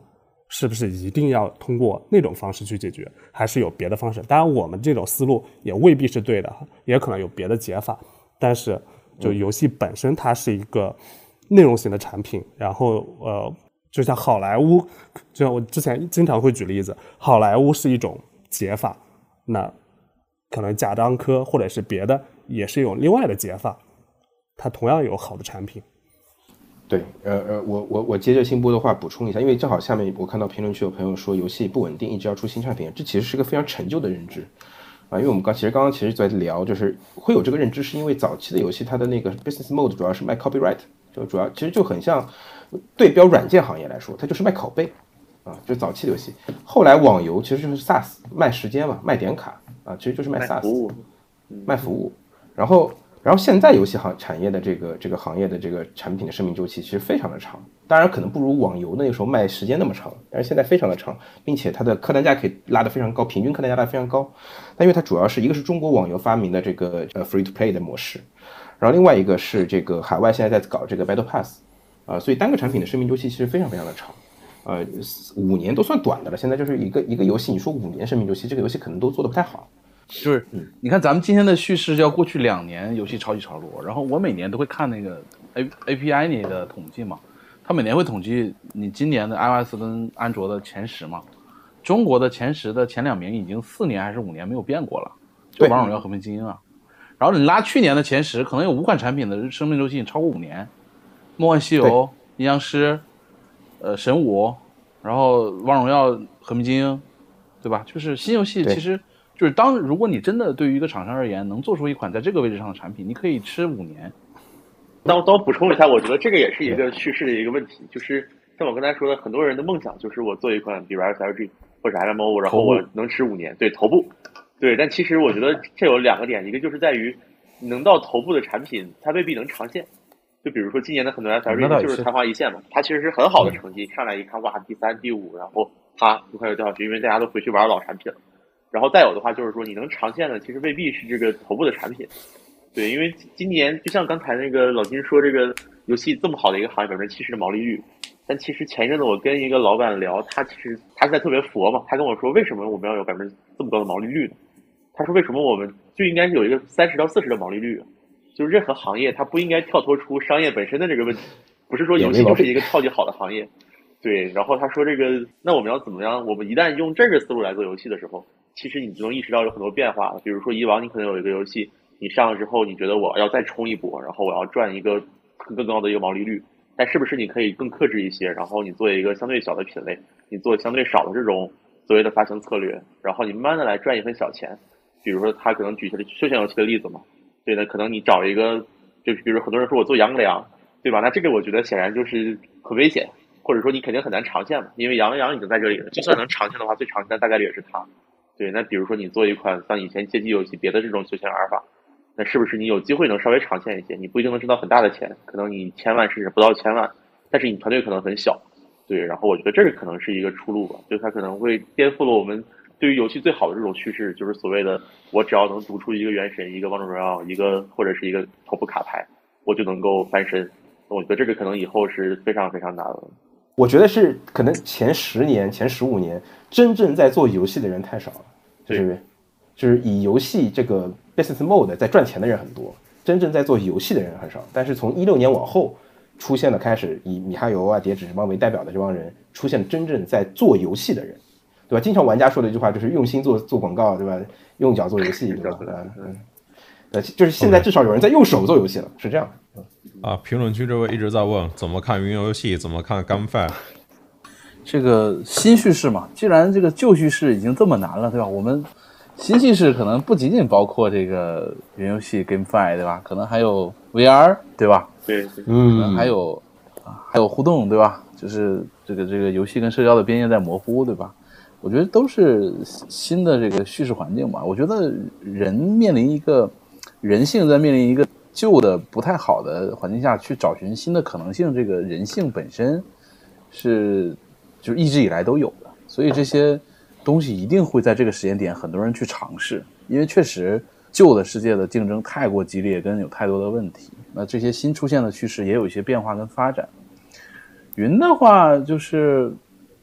是不是一定要通过那种方式去解决，还是有别的方式？当然我们这种思路也未必是对的，也可能有别的解法，但是就游戏本身它是一个内容型的产品，然后呃，就像好莱坞，就像我之前经常会举例子，好莱坞是一种解法，那可能贾樟柯或者是别的也是有另外的解法，它同样有好的产品。 对，呃呃，我我我接着新波的话补充一下，因为正好下面我看到评论区有朋友说游戏不稳定，一直要出新产品，这其实是个非常陈旧的认知啊，因为我们刚其实刚刚其实在聊，就是会有这个认知，是因为早期的游戏它的那个 business mode 主要是卖 copyright， 就主要其实就很像对标软件行业来说，它就是卖拷贝啊，就是早期的游戏。后来网游其实就是 SaaS 卖时间嘛，卖点卡啊，其实就是卖 SaaS 卖服务， 卖服务，然后。然后现在游戏行产业的这个这个行业的这个产品的生命周期其实非常的长，当然可能不如网游那个时候卖时间那么长，但是现在非常的长，并且它的客单价可以拉得非常高，平均客单价拉得非常高。但因为它主要是一个是中国网游发明的这个呃 free to play 的模式，然后另外一个是这个海外现在在搞这个 battle pass， 啊、呃，所以单个产品的生命周期其实非常非常的长，呃，五年都算短的了。现在就是一个一个游戏，你说五年生命周期，这个游戏可能都做得不太好。 就是你看咱们今天的叙事叫过去两年游戏潮起潮落，然后我每年都会看那个 A A P I 里的统计嘛，他每年会统计你今年的 iOS 跟安卓的前十嘛，中国的前十的前两名已经四年还是五年没有变过了，就王者荣耀和平精英啊。然后你拉去年的前十，可能有五款产品的生命周期超过五年，梦幻西游、阴阳师、呃神武，然后王者荣耀、和平精英，对吧？就是新游戏其实。就是当如果你真的对于一个厂商而言能做出一款在这个位置上的产品，你可以吃五年。 那我补充一下，我觉得这个也是一个叙事的一个问题，就是像我刚才说的，很多人的梦想就是我做一款比如 S L G 或者 M M O， 然后我能吃五年，对头部，对。但其实我觉得这有两个点，一个就是在于能到头部的产品，它未必能长线。就比如说今年的很多 S L G 就是昙花一现嘛，它其实是很好的成绩，上来一看哇第三第五，然后啪就快就掉下去，因为大家都回去玩老产品了。然后再有的话就是说，你能长线的，其实未必是这个头部的产品，对，因为今年就像刚才那个老金说，这个游戏这么好的一个行业，百分之七十的毛利率，但其实前一阵子我跟一个老板聊，他其实他是在特别佛嘛，他跟我说为什么我们要有百分之这么高的毛利率呢？他说为什么我们就应该有一个三十到四十的毛利率？就是任何行业它不应该跳脱出商业本身的这个问题，不是说游戏就是一个超级好的行业，对。然后他说这个，那我们要怎么样？我们一旦用这个思路来做游戏的时候。其实你就能意识到有很多变化了，比如说以往你可能有一个游戏，你上了之后，你觉得我要再冲一波，然后我要赚一个更高的一个毛利率，但是不是你可以更克制一些，然后你做一个相对小的品类，你做相对少的这种所谓的发行策略，然后你慢慢的来赚一份小钱。比如说他可能举的休闲游戏的例子嘛，对的，可能你找一个，就是比如很多人说我做杨良，对吧？那这个我觉得显然就是很危险，或者说你肯定很难长线嘛，因为杨良已经在这里了，就算能长线的话，最长线的大概率也是他。对，那比如说你做一款像以前街机游戏别的这种休闲玩法，那是不是你有机会能稍微长线一些？你不一定能挣到很大的钱，可能你千万甚至不到千万，但是你团队可能很小。对，然后我觉得这个可能是一个出路吧，就它可能会颠覆了我们对于游戏最好的这种趋势，就是所谓的我只要能读出一个原神、一个王者荣耀、一个或者是一个头部卡牌，我就能够翻身。我觉得这个可能以后是非常非常难的。 我觉得是可能前十年、前十五年真正在做游戏的人太少了，就是就是以游戏这个 business mode 在赚钱的人很多，真正在做游戏的人很少。但是从一六年往后，出现了开始以米哈游啊、叠纸这帮为代表的这帮人，出现了真正在做游戏的人，对吧？经常玩家说的一句话就是用心做做广告，对吧？用脚做游戏，对吧？嗯，呃，就是现在至少有人在用手做游戏了，是这样。 啊，评论区这位一直在问怎么看云游戏，怎么看 GameFi。 这个新叙事嘛，既然这个旧叙事已经这么难了，对吧？我们新叙事可能不仅仅包括这个云游戏 GameFi， 对吧？可能还有 V R， 对吧？ 对， 嗯，还有还有互动，对吧？就是这个这个游戏跟社交的边界在模糊，对吧？我觉得都是新的这个叙事环境吧。我觉得人面临一个人性在面临一个旧的不太好的环境下去找寻新的可能性，这个人性本身是就一直以来都有的，所以这些东西一定会在这个时间点很多人去尝试，因为确实旧的世界的竞争太过激烈，跟有太多的问题。那这些新出现的趋势也有一些变化跟发展。云的话就是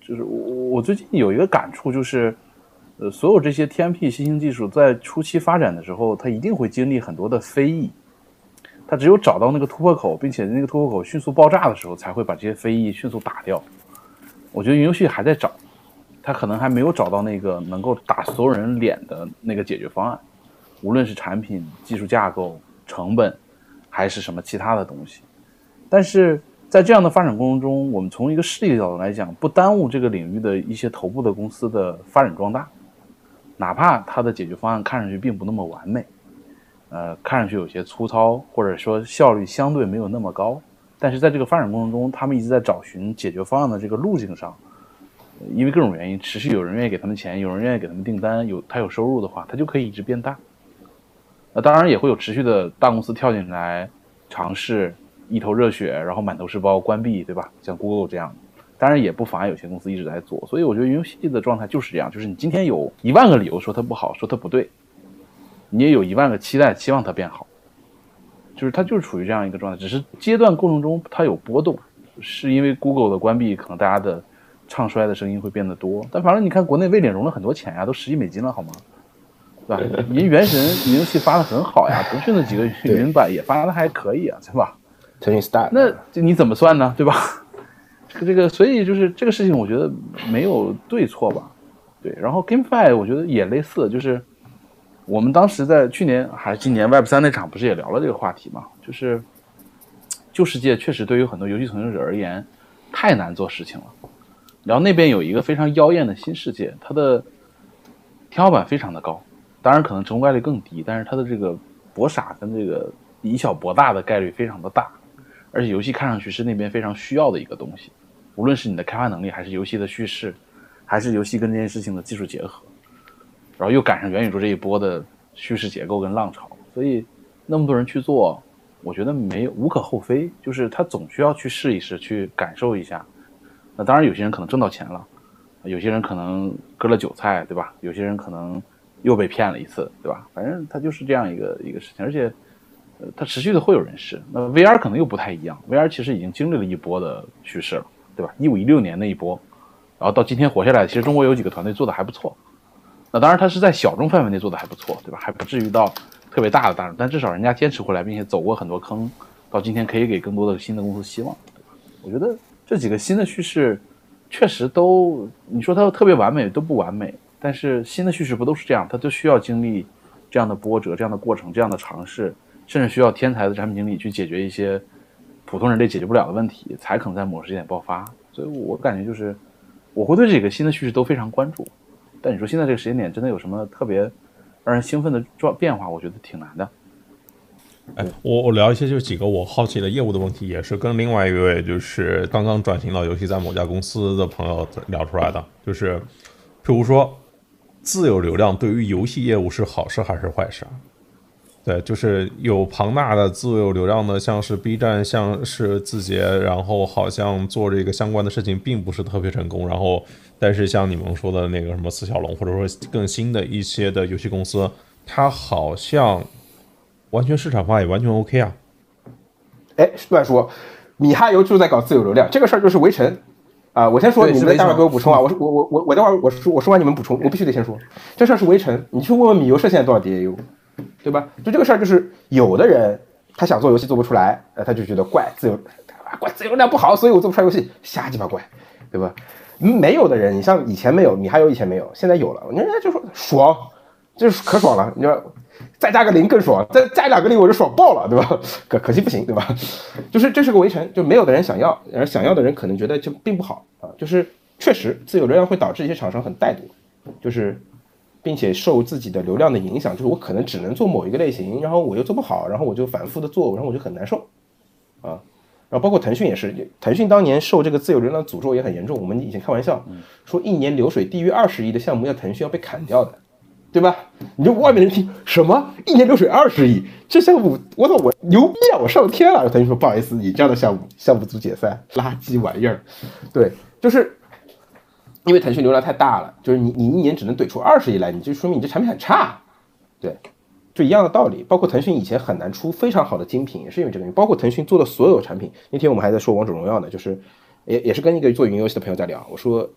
就是我我最近有一个感触，就是呃，所有这些 T M P 新兴技术在初期发展的时候，它一定会经历很多的非议。它只有找到那个突破口，并且那个突破口迅速爆炸的时候，才会把这些非议迅速打掉。我觉得云游戏还在找，它可能还没有找到那个能够打所有人脸的那个解决方案，无论是产品、技术架构、成本，还是什么其他的东西。但是在这样的发展过程中，我们从一个势力的角度来讲，不耽误这个领域的一些头部的公司的发展壮大，哪怕它的解决方案看上去并不那么完美。呃，看上去有些粗糙，或者说效率相对没有那么高，但是在这个发展过程中，他们一直在找寻解决方案的这个路径上，呃、因为各种原因，持续有人愿意给他们钱，有人愿意给他们订单，有他有收入的话，他就可以一直变大。那当然也会有持续的大公司跳进来尝试，一头热血，然后满头是包关闭，对吧？像 Google 这样的，当然也不妨碍有些公司一直在做。所以我觉得云游戏的状态就是这样，就是你今天有一万个理由说它不好，说它不对。你也有一万个期待，期望它变好，就是它就是处于这样一个状态，只是阶段过程中它有波动，是因为 Google 的关闭，可能大家的唱衰的声音会变得多。但反正你看，国内为脸融了很多钱呀，都十亿美金了，好吗？对吧？人原神云游戏发的很好呀，腾讯的几个云版也发的还可以啊，对吧？ 腾讯 Star， 那你怎么算呢？对吧？这个这个，所以就是这个事情，我觉得没有对错吧？对，然后 GameFi 我觉得也类似，就是。我们当时在去年还是今年 Web 三 那场不是也聊了这个话题嘛？就是旧世界确实对于很多游戏从业者而言太难做事情了。然后那边有一个非常妖艳的新世界，它的天花板非常的高，当然可能成功概率更低，但是它的这个博傻跟这个以小博大的概率非常的大，而且游戏看上去是那边非常需要的一个东西，无论是你的开发能力，还是游戏的叙事，还是游戏跟这件事情的技术结合。然后又赶上元宇宙这一波的叙事结构跟浪潮，所以那么多人去做，我觉得没有无可厚非，就是他总需要去试一试，去感受一下。那当然有些人可能挣到钱了，有些人可能割了韭菜，对吧？有些人可能又被骗了一次，对吧？反正他就是这样一个一个事情，而且呃，他持续的会有人试。那 V R 可能又不太一样 ，V R 其实已经经历了一波的趋势了，对吧？一五一六年那一波，然后到今天活下来，其实中国有几个团队做的还不错。那当然，他是在小众范围内做的还不错，对吧？还不至于到特别大的大众，但至少人家坚持回来，并且走过很多坑，到今天可以给更多的新的公司希望，对吧？我觉得这几个新的叙事确实都，你说它特别完美都不完美，但是新的叙事不都是这样？它就需要经历这样的波折、这样的过程、这样的尝试，甚至需要天才的产品经理去解决一些普通人类解决不了的问题，才可能在某时间点爆发。所以我感觉就是，我会对这个新的叙事都非常关注。但你说现在这个时间点真的有什么特别让人兴奋的状变化？我觉得挺难的。 哎，我我聊一些就是几个我好奇的业务的问题，也是跟另外一位就是刚刚转型到游戏在某家公司的朋友聊出来的，就是譬如说自有流量对于游戏业务是好事还是坏事啊？对，就是有庞大的自有流量的，像是 B 站，像是字节，然后好像做这个相关的事情并不是特别成功，然后但是像你们说的那个什么四小龙，或者说更新的一些的游戏公司，它好像完全市场化也完全 OK 啊。 哎，乱说，米哈游就在搞自有流量，这个事儿就是围城啊。我先说，你们待会儿给我补充啊。我我我我我待会儿我说我说完你们补充，我必须得先说，这事儿是围城。你去问问米游社现在多少 D A U。对吧？就这个事儿，就是有的人他想做游戏做不出来，呃，他就觉得怪自由，怪自由流量不好，所以我做不出来游戏，瞎鸡巴怪，对吧？没有的人，你像以前没有，你还有以前没有，现在有了，人家就说爽，就是可爽了，你知道，再加个零更爽，再加两个零我就爽爆了，对吧？可可惜不行，对吧？就是这是个围城，就没有的人想要，而想要的人可能觉得就并不好啊，就是确实自由流量会导致一些厂商很怠惰，就是。并且受自己的流量的影响，就是我可能只能做某一个类型，然后我又做不好，然后我就反复的做，然后我就很难受啊。然后包括腾讯也是，腾讯当年受这个自由流量诅咒也很严重。我们以前开玩笑说，一年流水低于二十亿的项目要腾讯要被砍掉的，对吧？你就外面人听什么一年流水二十亿，这项目我操我牛逼啊，我上天了。腾讯说不好意思，你这样的项目项目组解散，垃圾玩意儿。对，就是。因为腾讯流量太大了，就是你你一年只能怼出二十亿来，你就说明你这产品很差，对，就一样的道理。包括腾讯以前很难出非常好的精品，也是因为这个原因。包括腾讯做的所有产品，那天我们还在说王者荣耀呢，就是也也是跟一个做云游戏的朋友在聊，我说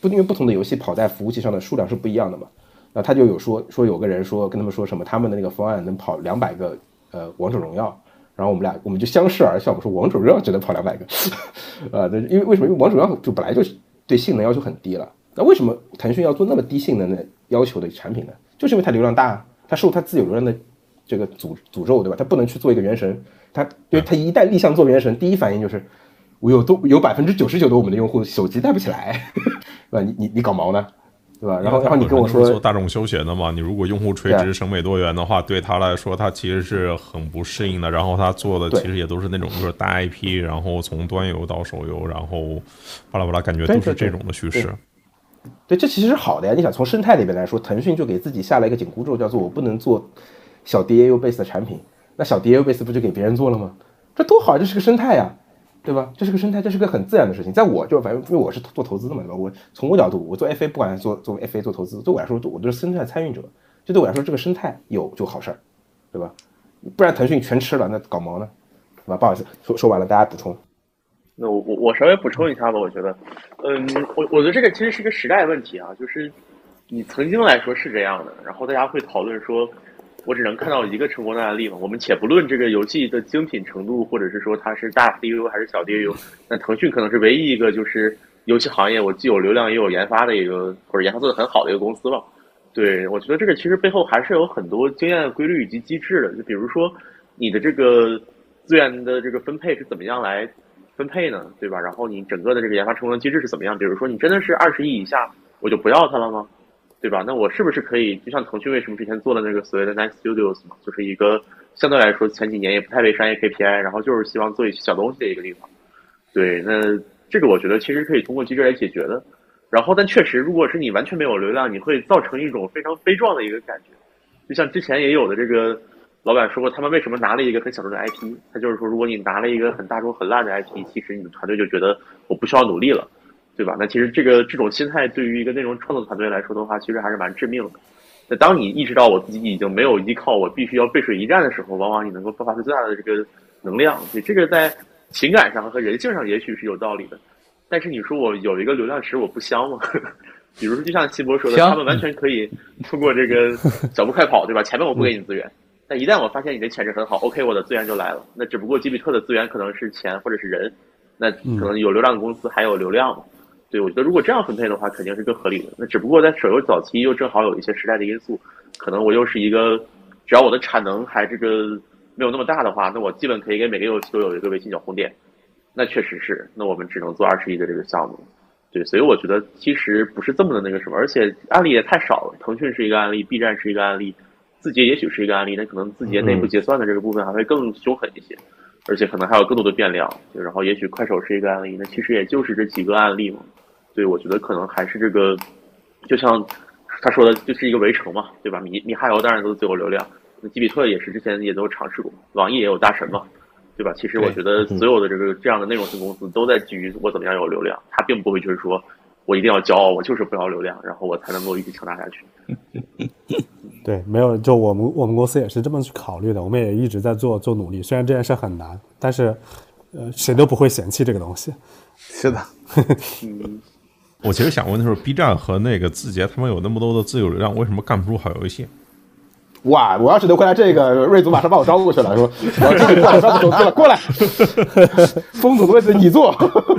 不因为不同的游戏跑在服务器上的数量是不一样的嘛。那他就有说说有个人说跟他们说什么，他们的那个方案能跑两百个呃王者荣耀，然后我们俩我们就相视而笑，我们说王者荣耀只能跑两百个，呃，因为为什么？因为王者荣耀就本来就对性能要求很低了，那为什么腾讯要做那么低性能的要求的产品呢？就是因为它流量大，它受它自有流量的这个诅诅咒，对吧？它不能去做一个原神，它因为它一旦立项做原神，第一反应就是我有都有百分之九十九的我们的用户手机带不起来，对吧？你你你搞毛呢？对吧？然后，然后你跟我说做大众休闲的嘛，你如果用户垂直审美多元的话，对他来说，他其实是很不适应的。然后他做的其实也都是那种就是大 I P， 然后从端游到手游，然后巴拉巴拉，感觉都是这种的叙事。 对, 对, 对, 对，这其实是好的呀。你想从生态里边来说，腾讯就给自己下了一个紧箍咒，叫做我不能做小 D A U base 的产品。那小 D A U base 不就给别人做了吗？这多好，这是个生态呀。对吧？这是个生态，这是个很自然的事情。在我就反正因为我是做投资的嘛，对吧？我从我角度，我做 F A， 不管做做 F A 做投资，对我来说，我都是生态参与者。就对我来说，这个生态有就好事儿，对吧？不然腾讯全吃了，那搞毛呢？对吧？不好意思，说说完了，大家补充。 那我我我稍微补充一下吧，我觉得，嗯，我我觉得这个其实是个时代问题啊，就是你曾经来说是这样的，然后大家会讨论说。我只能看到一个成功的案例嘛。我们且不论这个游戏的精品程度，或者是说它是大 D A U 还是小 D A U， 那腾讯可能是唯一一个就是游戏行业我既有流量也有研发的一个，或者研发做得很好的一个公司吧。对，我觉得这个其实背后还是有很多经验规律以及机制的。就比如说你的这个资源的这个分配是怎么样来分配呢？对吧？然后你整个的这个研发成功的机制是怎么样？比如说你真的是二十亿以下，我就不要它了吗？对吧？那我是不是可以，就像腾讯为什么之前做了那个所谓的 Nine Studios 嘛，就是一个相对来说前几年也不太为商业 K P I， 然后就是希望做一些小东西的一个地方。对，那这个我觉得其实可以通过机制来解决的。然后，但确实，如果是你完全没有流量，你会造成一种非常悲壮的一个感觉。就像之前也有的这个老板说过，他们为什么拿了一个很小众的 I P， 他就是说，如果你拿了一个很大众很烂的 I P， 其实你的团队就觉得我不需要努力了。对吧？那其实这个这种心态对于一个内容创作团队来说的话，其实还是蛮致命的。那当你意识到我自己已经没有依靠，我必须要背水一战的时候，往往你能够爆发出最大的这个能量。所以这个在情感上和人性上也许是有道理的。但是你说我有一个流量池，我不香吗？比如说，就像西博说的，他们完全可以通过这个小步快跑，对吧？前面我不给你资源，但一旦我发现你的潜质很好 ，OK， 我的资源就来了。那只不过吉比特的资源可能是钱或者是人，那可能有流量的公司还有流量嘛。对，我觉得如果这样分配的话，肯定是更合理的。那只不过在手游早期又正好有一些时代的因素，可能我又是一个，只要我的产能还这个没有那么大的话，那我基本可以给每个游戏都有一个微信小红点。那确实是，那我们只能做二十亿的这个项目。对，所以我觉得其实不是这么的那个什么，而且案例也太少了。腾讯是一个案例 ，B 站是一个案例，字节也许是一个案例，那可能字节内部结算的这个部分还会更凶狠一些。而且可能还有更多的变量，然后也许快手是一个案例，那其实也就是这几个案例嘛。对，我觉得可能还是这个，就像他说的，就是一个围城嘛，对吧？米米哈游当然都是自由流量，那吉比特也是之前也都尝试过，网易也有大神嘛，对吧？其实我觉得所有的这个这样的内容型公司都在基于我怎么样有流量，他并不会就是说我一定要骄傲，我就是不要流量，然后我才能够一直强大下去。 对，没有，就我们我们公司也是这么去考虑的，我们也一直在做做努力。虽然这件事很难，但是呃，谁都不会嫌弃这个东西。 是的， 嗯。 我其实想问的是 ，B 站和那个字节，他们有那么多的自由流量，为什么干不出好游戏？ 哇！我要是能回来，这个瑞祖马上把我招过去了，说我要去做招投资了，过来，风总的位置你坐。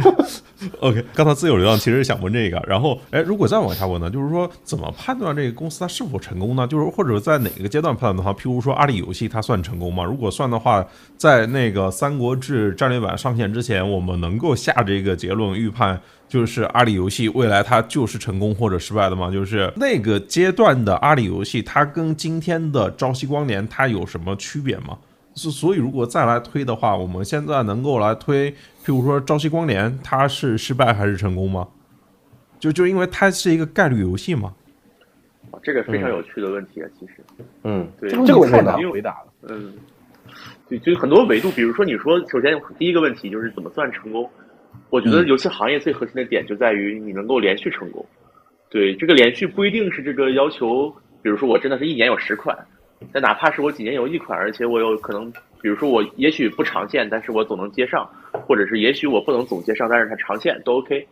OK， 刚才自由流量其实想问这个，然后哎，如果再往下问呢，就是说怎么判断这个公司它是否成功呢？就是或者在哪个阶段判断的话，譬如说阿里游戏它算成功吗？如果算的话，在那个《三国志》战略版上线之前，我们能够下这个结论预判，就是阿里游戏未来它就是成功或者失败的吗？就是那个阶段的阿里游戏，它跟今天的朝夕光年它有什么区别吗？所以如果再来推的话，我们现在能够来推，譬如说朝夕光年，它是失败还是成功吗？就就因为它是一个概率游戏嘛。 这个非常有趣的问题啊，其实， 嗯， 对， 这个问题太难回答了。 嗯，对，就很多维度，比如说你说，首先第一个问题就是怎么算成功？我觉得游戏行业最核心的点就在于你能够连续成功。对，这个连续不一定是这个要求，比如说我真的是一年有十款。但哪怕是我几年有一款，而且我有可能，比如说我也许不长线，但是我总能接上，或者是也许我不能总接上，但是它长线都 OK。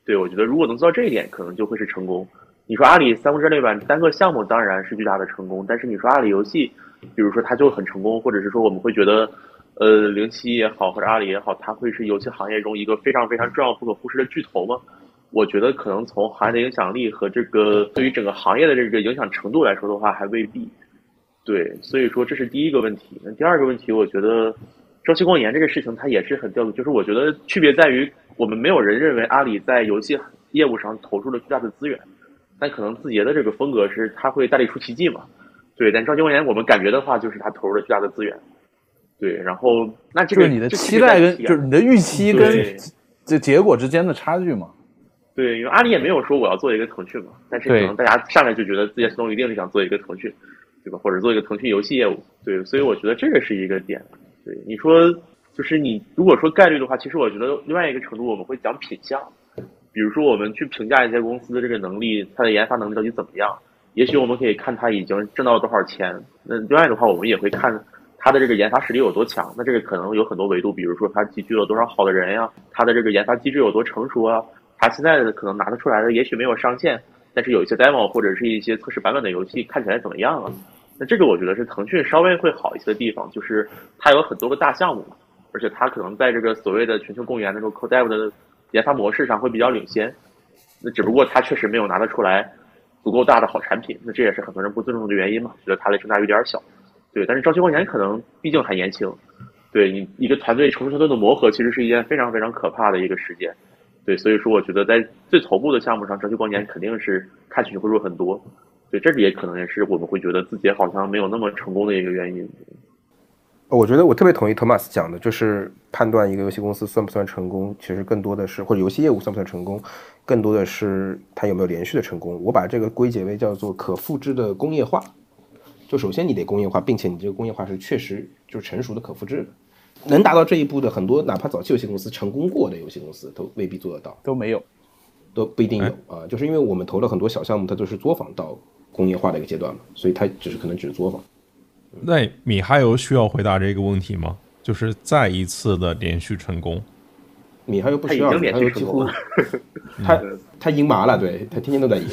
对，我觉得如果能做到这一点，可能就会是成功。你说阿里三国志类版单个项目当然是巨大的成功，但是你说阿里游戏，比如说它就很成功，或者是说我们会觉得，呃，零七也好或者阿里也好，它会是游戏行业中一个非常非常重要不可忽视的巨头吗？我觉得可能从行业的影响力和这个对于整个行业的这个影响程度来说的话，还未必。对，所以说这是第一个问题。那第二个问题，我觉得朝夕光年这个事情它也是很吊诡，就是我觉得区别在于我们没有人认为阿里在游戏业务上投入了巨大的资源，但可能字节的这个风格是它会大力出奇迹嘛。对，但朝夕光年我们感觉的话，就是它投入了巨大的资源。对，然后那这个就是你的期待跟就是你的预期跟这结果之间的差距嘛。 对，因为阿里也没有说我要做一个腾讯嘛，但是可能大家上来就觉得字节跳动一定是想做一个腾讯，对吧？或者做一个腾讯游戏业务。对，所以我觉得这个是一个点。对，你说就是你如果说概率的话，其实我觉得另外一个程度我们会讲品相，比如说我们去评价一些公司的这个能力，它的研发能力到底怎么样。也许我们可以看它已经挣到了多少钱，那另外的话我们也会看它的这个研发实力有多强。那这个可能有很多维度，比如说它集聚了多少好的人呀，它的这个研发机制有多成熟啊，它现在的可能拿得出来的也许没有上线，但是有一些 demo 或者是一些测试版本的游戏看起来怎么样啊？那这个我觉得是腾讯稍微会好一些的地方，就是它有很多个大项目嘛，而且它可能在这个所谓的全球共研的这个 co-dev 的研发模式上会比较领先。那只不过它确实没有拿得出来足够大的好产品，那这也是很多人不尊重的原因嘛，觉得它的声大有点小。对，但是朝夕光年可能毕竟还年轻，对你一个团队成熟团队的磨合，其实是一件非常非常可怕的一个时间。对，所以说我觉得在最头部的项目上，朝夕光年肯定是看起来会弱很多。对，这也可能也是我们会觉得字节好像没有那么成功的一个原因。 我觉得我特别同意 Thomas 讲的，就是判断一个游戏公司算不算成功，其实更多的是，或者游戏业务算不算成功，更多的是它有没有连续的成功。我把这个归结为叫做可复制的工业化。就首先你得工业化，并且你这个工业化是确实就是成熟的可复制的。能达到这一步的很多，哪怕早期游戏公司成功过的游戏公司都未必做得到， 都没有， 都不一定有啊、呃。就是因为我们投了很多小项目，它都是作坊到工业化的一个阶段嘛，所以它只是可能只是作坊。 那米哈游需要回答这个问题吗？就是再一次的连续成功？ 米哈游不需要，米哈游几乎他他赢麻了，对他天天都在赢。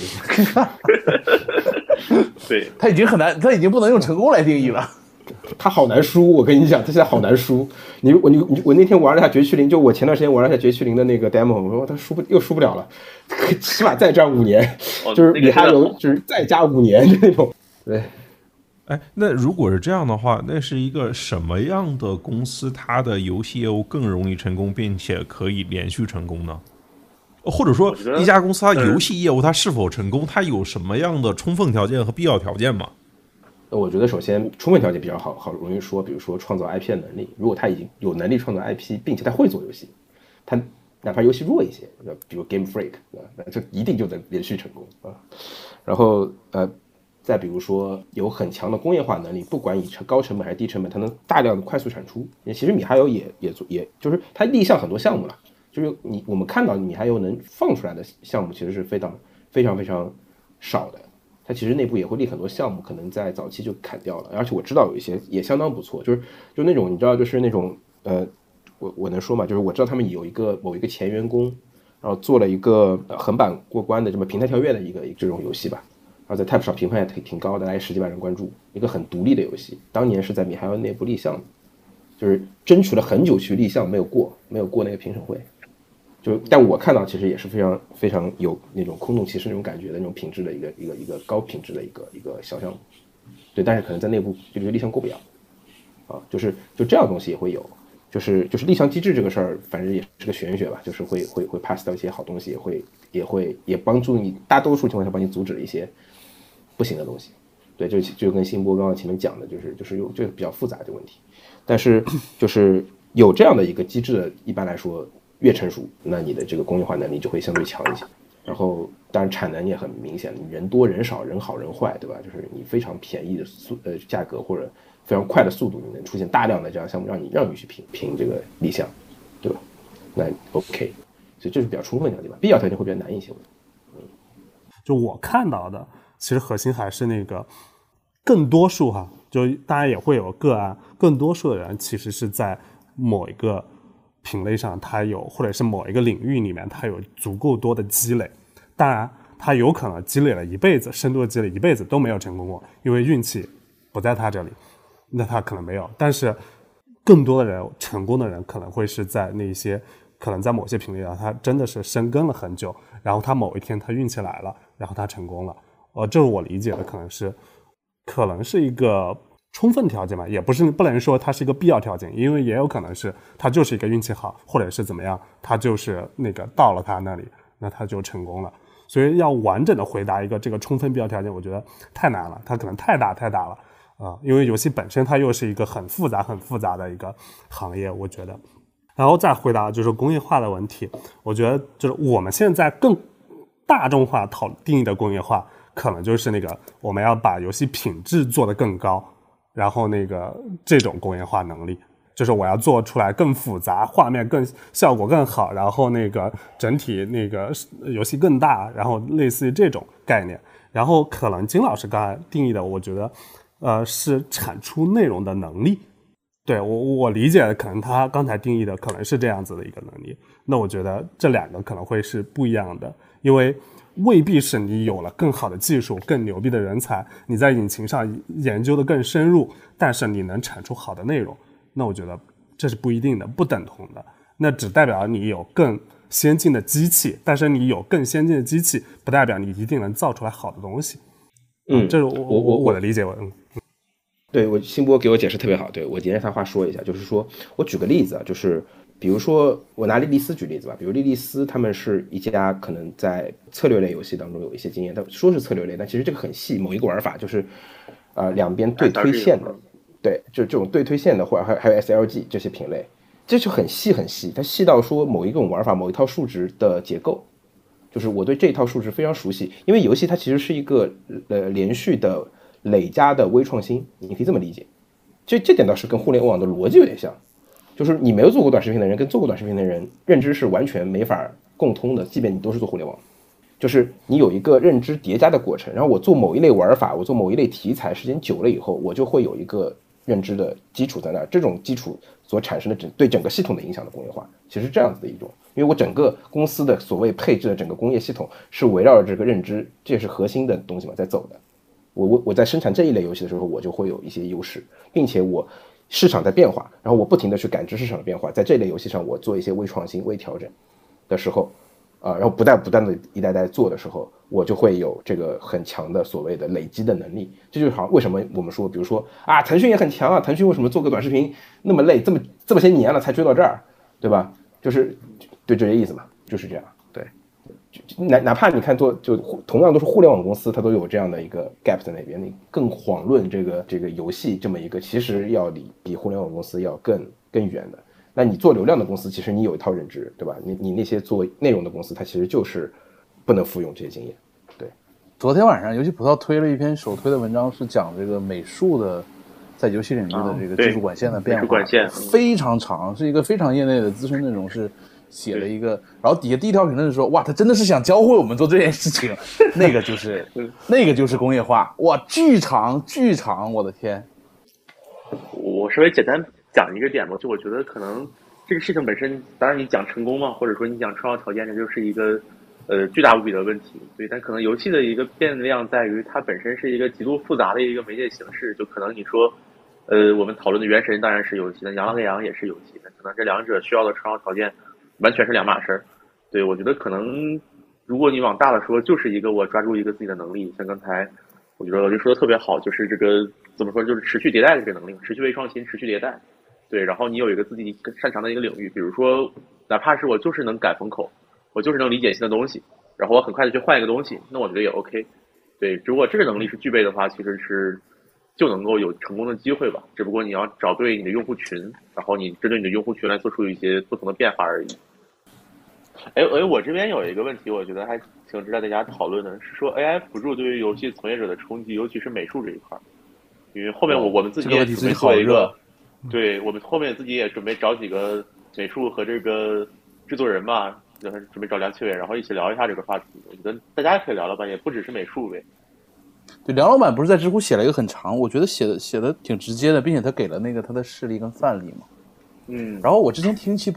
对， 他已经很难，他已经不能用成功来定义了。 他好难输，我跟你讲，他现在好难输。你我你我那天玩了一下绝区零，就我前段时间玩了一下绝区零的那个 demo， 我说他输不又输不了了，起码再战五年， 哦、 就是米哈游就是再加五年那种。对， 哎，那如果是这样的话，那是一个什么样的公司，它的游戏业务更容易成功，并且可以连续成功呢？或者说，一家公司它游戏业务它是否成功，它有什么样的充分条件和必要条件吗？ 我觉得首先充分条件比较好，好容易说，比如说创造 I P 的能力。如果他已经有能力创造 I P， 并且他会做游戏，他哪怕游戏弱一些，比如 Game Freak， 那这一定就能连续成功啊。然后呃，再比如说有很强的工业化能力，不管以高成本还是低成本，它能大量的快速产出。其实米哈游也也做，也就是它立项很多项目了，就是你我们看到米哈游能放出来的项目其实是非常非常非常少的。它其实内部也会立很多项目，可能在早期就砍掉了，而且我知道有一些也相当不错，就是就那种你知道，就是那种呃，我我能说嘛，就是我知道他们有一个某一个前员工，然后做了一个、呃、横版过关的这么平台跳跃的一个这种游戏吧，然后在 Type 上评分也挺挺高的，大概十几万人关注，一个很独立的游戏，当年是在米哈游内部立项的，就是争取了很久去立项没有过，没有过那个评审会。就但我看到其实也是非常非常有那种空洞骑士那种感觉的那种品质的一个一个一个高品质的一个一个小项目，对，但是可能在内部这个立项过不了，啊，就是就这样的东西也会有，就是就是立项机制这个事儿，反正也是个玄学吧，就是会会会 pass 到一些好东西，也会也会也帮助你大多数情况下帮你阻止了一些不行的东西，对，就就跟新波刚刚前面讲的，就是就是有这个比较复杂的问题，但是就是有这样的一个机制的，一般来说。越成熟，那你的这个工业化能力就会相对强一些。然后，当然产能也很明显，你人多人少，人好人坏，对吧？就是你非常便宜的速呃价格或者非常快的速度，你能出现大量的这样项目，让你让你去评评这个立项，对吧？那 OK， 所以这是比较充分条件吧，必要条件会比较难一些。嗯， 就我看到的，其实核心还是那个更多数哈，就当然也会有个案，更多数的人其实是在某一个品类上它有，或者是某一个领域里面它有足够多的积累。当然他有可能积累了一辈子，深度的积累一辈子都没有成功过，因为运气不在他这里，那他可能没有。但是更多的人成功的人可能会是在那些可能在某些品类上他真的是深耕了很久，然后他某一天他运气来了，然后他成功了。呃，这是我理解的，可能是可能是一个充分条件吧，也不是不能说它是一个必要条件，因为也有可能是他就是一个运气好，或者是怎么样，他就是那个到了他那里，那他就成功了。所以要完整的回答一个这个充分必要条件，我觉得太难了，它可能太大太大了啊、呃！因为游戏本身它又是一个很复杂很复杂的一个行业，我觉得。然后再回答就是工业化的问题，我觉得就是我们现在更大众化讨定义的工业化，可能就是那个我们要把游戏品质做得更高，然后那个这种工业化能力。就是我要做出来更复杂，画面更效果更好，然后那个整体那个游戏更大，然后类似于这种概念。然后可能金老师刚才定义的，我觉得呃是产出内容的能力。对，我我理解的可能他刚才定义的可能是这样子的一个能力。那我觉得这两个可能会是不一样的，因为未必是你有了更好的技术，更牛逼的人才，你在引擎上研究的更深入，但是你能产出好的内容，那我觉得这是不一定的，不等同的。那只代表你有更先进的机器，但是你有更先进的机器，不代表你一定能造出来好的东西。 嗯， 这是我我我我的理解。嗯， 对，我辛波给我解释特别好。对，我沿着他话说一下，就是说我举个例子啊，就是比如说我拿莉莉丝举例子吧，比如莉莉丝他们是一家可能在策略类游戏当中有一些经验，但说是策略类，但其实这个很细，某一个玩法就是呃两边对推线的。对，就这种对推线的，或者还还有 S L G 这些品类，这就很细很细，它细到说某一种玩法、某一套数值的结构，就是我对这一套数值非常熟悉，因为游戏它其实是一个呃连续的累加的微创新，你可以这么理解。这这点倒是跟互联网的逻辑有点像，就是你没有做过短视频的人跟做过短视频的人认知是完全没法共通的，即便你都是做互联网。就是你有一个认知叠加的过程，然后我做某一类玩法，我做某一类题材，时间久了以后，我就会有一个认知的基础在那儿，这种基础所产生的整对整个系统的影响的工业化，其实是这样子的一种，因为我整个公司的所谓配置的整个工业系统是围绕着这个认知，这是核心的东西嘛，在走的。我我我在生产这一类游戏的时候，我就会有一些优势，并且我市场在变化，然后我不停的去感知市场的变化，在这类游戏上我做一些微创新、微调整的时候。啊，然后不断不断的一代代做的时候，我就会有这个很强的所谓的累积的能力。这就是好像为什么我们说，比如说啊，腾讯也很强啊，腾讯为什么做个短视频那么累，这么这么些年了才追到这儿，对吧？就是对这些意思嘛，就是这样。对，哪哪怕你看做就同样都是互联网公司，它都有这样的一个 gap 在那边。你更遑论这个这个游戏这么一个，其实要离比互联网公司要更更远的。那你做流量的公司，其实你有一套认知，对吧？你你那些做内容的公司，它其实就是不能复用这些经验。对， 昨天晚上游戏葡萄推了一篇首推的文章，是讲这个美术的在游戏领域的这个技术管线的变化， 美术管线非常长，是一个非常业内的资深内容师写了一个，然后底下第一条评论是说，哇，他真的是想教会我们做这件事情，那个就是那个就是工业化，哇，巨长巨长，我的天！ 我稍微简单讲一个点吧，就我觉得可能这个事情本身，当然你讲成功嘛，或者说你讲创造条件，这就是一个呃巨大无比的问题。对，但可能游戏的一个变量在于它本身是一个极度复杂的一个媒介形式，就可能你说，呃，我们讨论的《原神》当然是游戏，那《羊羊羊》也是游戏，那可能这两者需要的创造条件完全是两码事儿。对，我觉得可能如果你往大了说，就是一个我抓住一个自己的能力，像刚才我觉得老师说的特别好，就是这个怎么说，就是持续迭代的这个能力，持续微创新，持续迭代。对，然后你有一个自己擅长的一个领域，比如说哪怕是我就是能改风口，我就是能理解新的东西，然后我很快的去换一个东西，那我觉得也 OK。对，如果这个能力是具备的话，其实是就能够有成功的机会吧，只不过你要找对你的用户群，然后你针对你的用户群来做出一些不同的变化而已。哎哎，我这边有一个问题，我觉得还挺值得大家讨论的，是说 A I 辅助对于游戏从业者的冲击，尤其是美术这一块，因为后面我我们自己也准备做一个。对，我们后面自己也准备找几个美术和这个制作人嘛，然后准备找梁启伟，然后一起聊一下这个话题。我觉得大家可以聊聊吧，也不只是美术呗。 对，梁老板不是在知乎写了一个很长，我觉得写的写的挺直接的，并且他给了那个他的事例跟范例嘛。 嗯。 然后我之前听一期播客，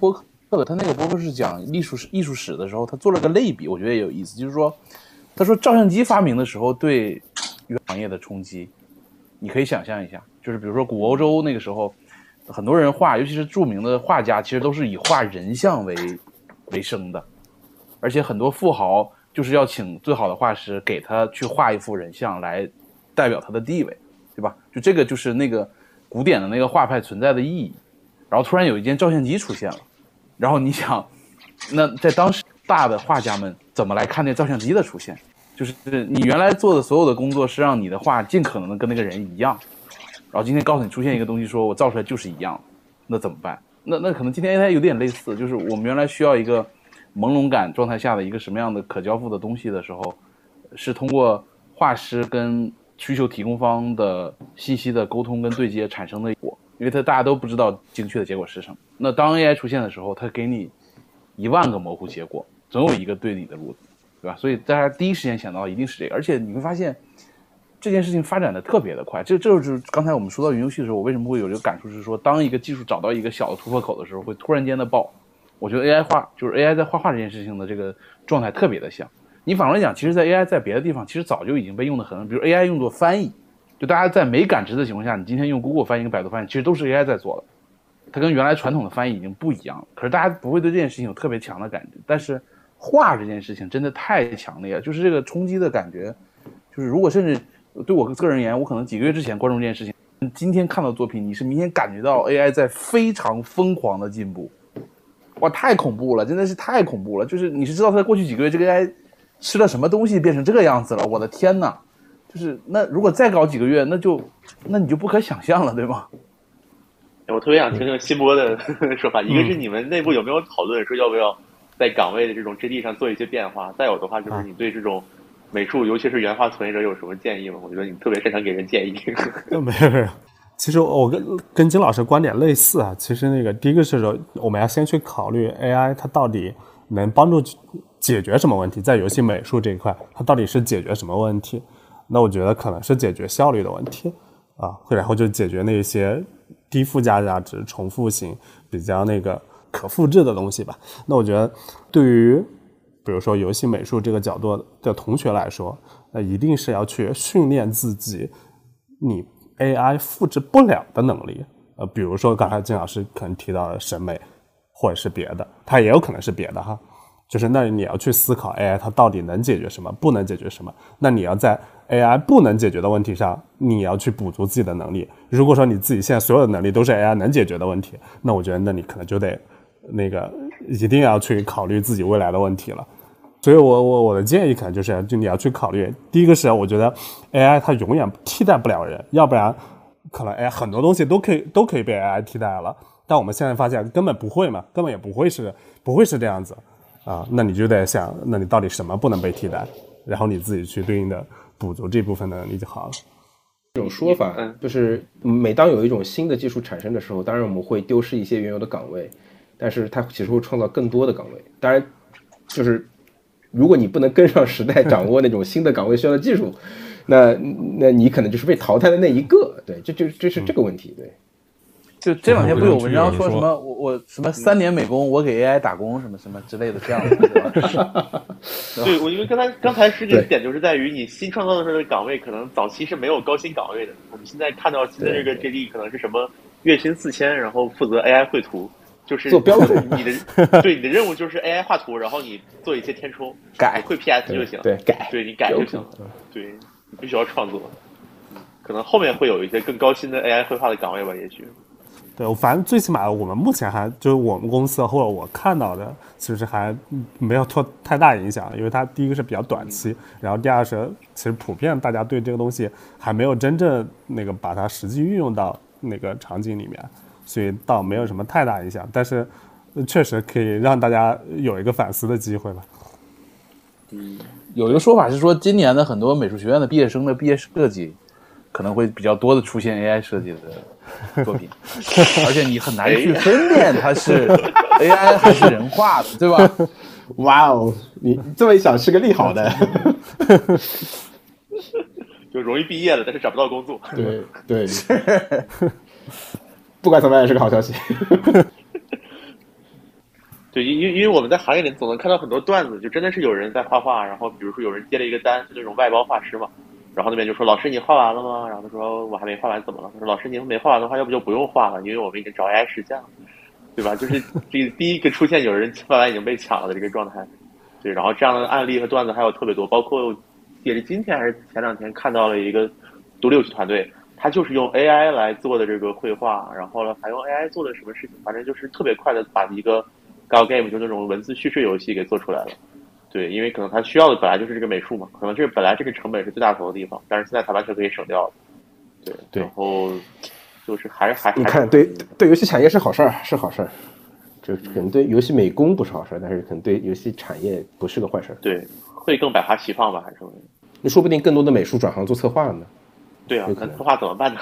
他那个博客是讲艺术史艺术史的时候，他做了个类比，我觉得也有意思，就是说，他说照相机发明的时候对行业的冲击，你可以想象一下，就是比如说古欧洲那个时候，很多人画，尤其是著名的画家，其实都是以画人像为为生的，而且很多富豪就是要请最好的画师给他去画一幅人像来代表他的地位，对吧？就这个就是那个古典的那个画派存在的意义。然后突然有一件照相机出现了。然后你想，那在当时大的画家们怎么来看那照相机的出现？就是你原来做的所有的工作是让你的画尽可能的跟那个人一样，然后今天告诉你出现一个东西，说我造出来就是一样，那怎么办？那那可能今天 A I 有点类似，就是我们原来需要一个朦胧感状态下的一个什么样的可交付的东西的时候，是通过画师跟需求提供方的信息的沟通跟对接产生的果。因为它大家都不知道精确的结果是什么。那当 A I 出现的时候，它给你一万个模糊结果，总有一个对你的路子，对吧？所以大家第一时间想到一定是这个。而且你会发现这件事情发展的特别的快。这这就是刚才我们说到云游戏的时候，我为什么会有这个感触，是说当一个技术找到一个小的突破口的时候，会突然间的爆。我觉得 A I 画就是 A I 在画画这件事情的这个状态特别的像。你反过来讲，其实在 A I 在别的地方其实早就已经被用的很，比如 A I 用作翻译。就大家在没感知的情况下，你今天用 Google 翻译跟百度翻译，其实都是 A I 在做的，它跟原来传统的翻译已经不一样了。可是大家不会对这件事情有特别强的感觉，但是画这件事情真的太强烈了，就是这个冲击的感觉，就是如果甚至对我个人而言，我可能几个月之前关注这件事情，今天看到作品，你是明显感觉到 A I 在非常疯狂的进步，哇，太恐怖了，真的是太恐怖了！就是你是知道它过去几个月这个 A I 吃了什么东西变成这个样子了，我的天哪！就是那如果再搞几个月，那就那你就不可想象了，对吗？ 我特别想听听新波的说法。一个是你们内部有没有讨论说要不要在岗位的这种 J D 上做一些变化？再有的话就是你对这种美术，尤其是原画从业者有什么建议吗？我觉得你特别擅长给人建议。 没有没有，其实我跟跟金老师观点类似啊。其实那个第一个是说，我们要先去考虑 A I 它到底能帮助解决什么问题，在游戏美术这一块，它到底是解决什么问题？那我觉得可能是解决效率的问题啊，然后就解决那些低附加价值、重复性、比较那个可复制的东西吧。那我觉得对于比如说游戏美术这个角度的同学来说，那一定是要去训练自己你 A I 复制不了的能力。呃，比如说刚才金老师可能提到的审美，或者是别的，它也有可能是别的哈。就是那你要去思考 A I 它到底能解决什么，不能解决什么。那你要在 A I 不能解决的问题上，你要去补足自己的能力。如果说你自己现在所有的能力都是 A I 能解决的问题，那我觉得那你可能就得那个一定要去考虑自己未来的问题了。所以我我我的建议可能就是就你要去考虑，第一个是我觉得 A I 它永远替代不了人，要不然可能 A I 很多东西都可以都可以被 A I 替代了，但我们现在发现根本不会嘛，根本也不会是不会是这样子。啊，那你就得想，那你到底什么不能被替代，然后你自己去对应的补足这部分的能力就好了。 这种说法就是每当有一种新的技术产生的时候，当然我们会丢失一些原有的岗位，但是它其实会创造更多的岗位。当然就是如果你不能跟上时代，掌握那种新的岗位需要的技术，那那你可能就是被淘汰的那一个。对，这就这是这个问题。对， 就这两天不有文章说什么我我什么三年美工我给 A I 打工什么什么之类的这样的，对吧？ 对，我因为刚才刚才是这个点，就是在于你新创造的这个岗位，可能早期是没有高薪岗位的。我们现在看到新的这个 J D 可能是什么月薪四千，然后负责 A I 绘图，就是做标准。 你的对你的任务就是 A I 画图，然后你做一些填充， 改会 P S 就行。 对，改， 对你改就行了。对，你不需要创作。可能后面会有一些更高薪的 A I 绘画的岗位吧，也许。 对，反正最起码我们目前还就是我们公司或者我看到的，其实还没有太太大影响，因为它第一个是比较短期，然后第二是其实普遍大家对这个东西还没有真正那个把它实际运用到那个场景里面，所以倒没有什么太大影响，但是确实可以让大家有一个反思的机会吧。 嗯，有一个说法是说，今年的很多美术学院的毕业生的毕业设计可能会比较多的出现 A I 设计的作品，而且你很难去分辨它是 A I 还是人画的，对吧？ 哇哦，你这么一想是个利好的， 就容易毕业了，但是找不到工作。 对对，不管怎么样也是个好消息。 对，因因因为我们在行业里总能看到很多段子，就真的是有人在画画，然后比如说有人接了一个单，就那种外包画师嘛，然后那边就说老师你画完了吗？然后他说我还没画完，怎么了？他说老师你们没画完的话，要不就不用画了，因为我们已经找 A I 实现了，对吧？就是这个第一个出现有人画完已经被抢了的这个状态。对，然后这样的案例和段子还有特别多，包括也是今天还是前两天看到了一个独立游戏团队，他就是用 A I 来做的这个绘画，然后呢还用 A I 做的什么事情，反正就是特别快的把一个 Gal Game 就那种文字叙事游戏给做出来了。对，因为可能他需要的本来就是这个美术嘛，可能这本来这个成本是最大头的地方，但是现在他完全可以省掉了。对对， 然后就是还还你看，对对游戏产业是好事儿，是好事儿。就可能对游戏美工不是好事，但是可能对游戏产业不是个坏事。 对，会更百花齐放吧，还是？ 那说不定更多的美术转行做策划呢。 对啊，那策划怎么办呢？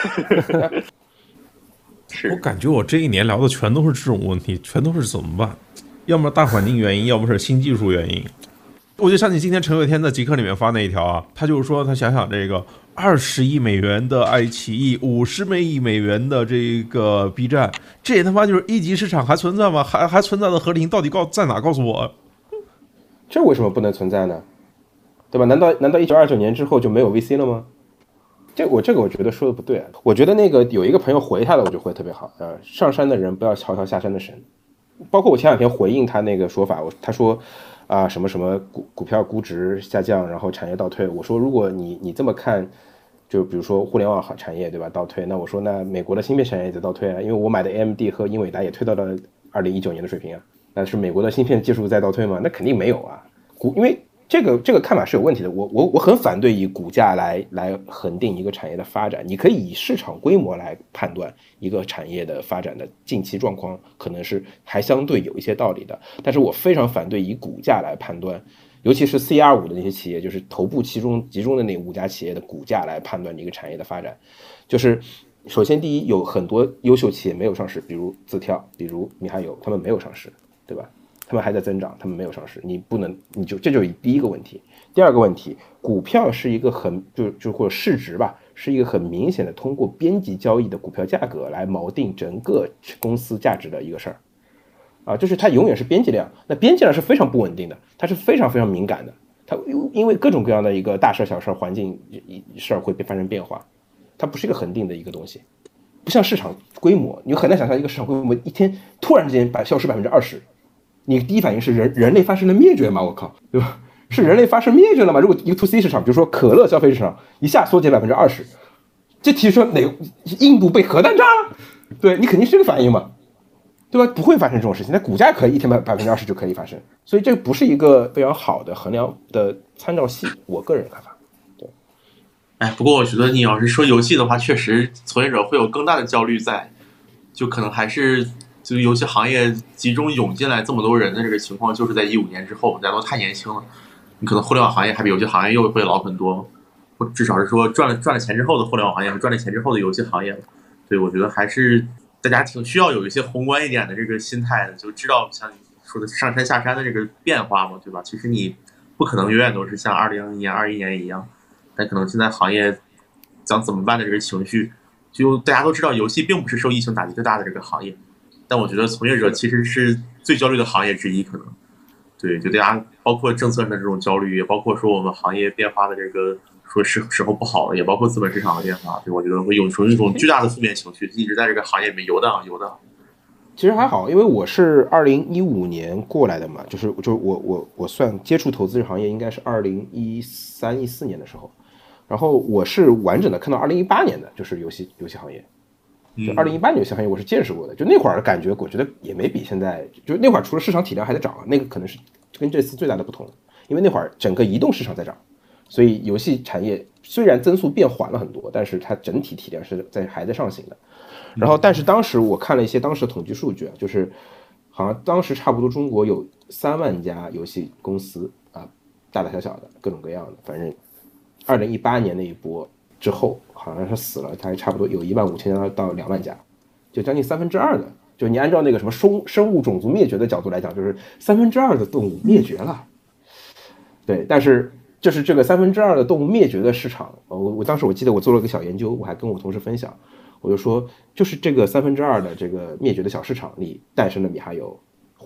我感觉我这一年聊的全都是这种问题，全都是怎么办？要么大环境原因，要么是新技术原因。我就想起今天陈伟天在极客里面发那一条啊，他就是说他想想这个二十亿美元的爱奇艺，五十美亿美元的这个 B 站，这也他妈就是一级市场还存在吗？还还存在的合理性到底告在哪？告诉我， 这为什么不能存在呢？对吧？难道难道一九二九年之后就没有 V C 了吗？这我这个我觉得说的不对啊。我觉得那个有一个朋友回他的，我就回特别好啊，上山的人不要嘲笑下山的神。包括我前两天回应他那个说法，我他说。啊，什么什么股股票估值下降，然后产业倒退。我说，如果你你这么看，就比如说互联网产业对吧，倒退，那我说那美国的芯片产业也在倒退啊，因为我买的 A M D 和英伟达也退到了二零一九年的水平啊。那是美国的芯片技术在倒退吗？那肯定没有啊。股因为这个这个看法是有问题的。我我我很反对以股价来来恒定一个产业的发展。你可以以市场规模来判断一个产业的发展的近期状况，可能是还相对有一些道理的。但是我非常反对以股价来判断，尤其是 C R 五 的那些企业，就是头部集中集中的那五家企业的股价来判断一个产业的发展。就是首先第一，有很多优秀企业没有上市，比如字跳，比如米哈游，他们没有上市，对吧？他们还在增长，他们没有上市，你不能，你就这就是第一个问题。第二个问题，股票是一个很就就或者市值吧，是一个很明显的通过边际交易的股票价格来锚定整个公司价值的一个事儿，啊，就是它永远是边际量，那边际量是非常不稳定的，它是非常非常敏感的，它因为各种各样的一个大事小事环境事儿会发生变化，它不是一个恒定的一个东西，不像市场规模，你很难想象一个市场规模一天突然之间把消失百分之二十。你第一反应是人人类发生了灭绝吗？我靠，对吧？是人类发生灭绝了吗？如果一个 to C 市场，比如说可乐消费市场一下缩减百分之二十，这提出哪印度被核弹炸了？对你肯定是这个反应嘛，对吧？不会发生这种事情，那股价可以一天百百分之二十就可以发生，所以这不是一个非常好的衡量的参照系，我个人看法。对， 哎，不过我觉得你要是说游戏的话，确实从业者会有更大的焦虑在，就可能还是。就游戏行业集中涌进来这么多人的这个情况，就是在一五年之后，大家都太年轻了。你可能互联网行业还比游戏行业又会老很多，或至少是说赚了赚了钱之后的互联网行业和赚了钱之后的游戏行业。所以我觉得还是大家挺需要有一些宏观一点的这个心态的，就知道像你说的上山下山的这个变化嘛，对吧？其实你不可能永远都是像二零年、二一年一样，但可能现在行业讲怎么办的这个情绪，就大家都知道，游戏并不是受疫情打击最大的这个行业。但我觉得从业者其实是最焦虑的行业之一，可能对，就大家包括政策上的这种焦虑，也包括说我们行业变化的这个说时时候不好了，也包括资本市场的变化，对，我觉得会有出一种巨大的负面情绪，一直在这个行业里面游荡游荡。 其实还好，因为我是二零一五年过来的嘛，就是就是我我我算接触投资行业应该是二零一三一四年的时候，然后我是完整的看到二零一八年的，就是游戏游戏行业。就二零一八年游戏行业我是见识过的，就那会儿感觉我觉得也没比现在，就那会儿除了市场体量还在涨，那个可能是跟这次最大的不同，因为那会儿整个移动市场在涨，所以游戏产业虽然增速变缓了很多，但是它整体体量是在还在上行的。然后但是当时我看了一些当时的统计数据啊，就是好像当时差不多中国有三万家游戏公司啊，大大小小的各种各样的，反正二零一八年那一波之后好像是死了，它还差不多有一万五千家到两万家，就将近三分之二的，就你按照那个什么生生物种族灭绝的角度来讲，就是三分之二的动物灭绝了。对，但是就是这个三分之二的动物灭绝的市场，我我当时我记得我做了个小研究，我还跟我同事分享，我就说就是这个三分之二的这个灭绝的小市场里诞生了米哈游、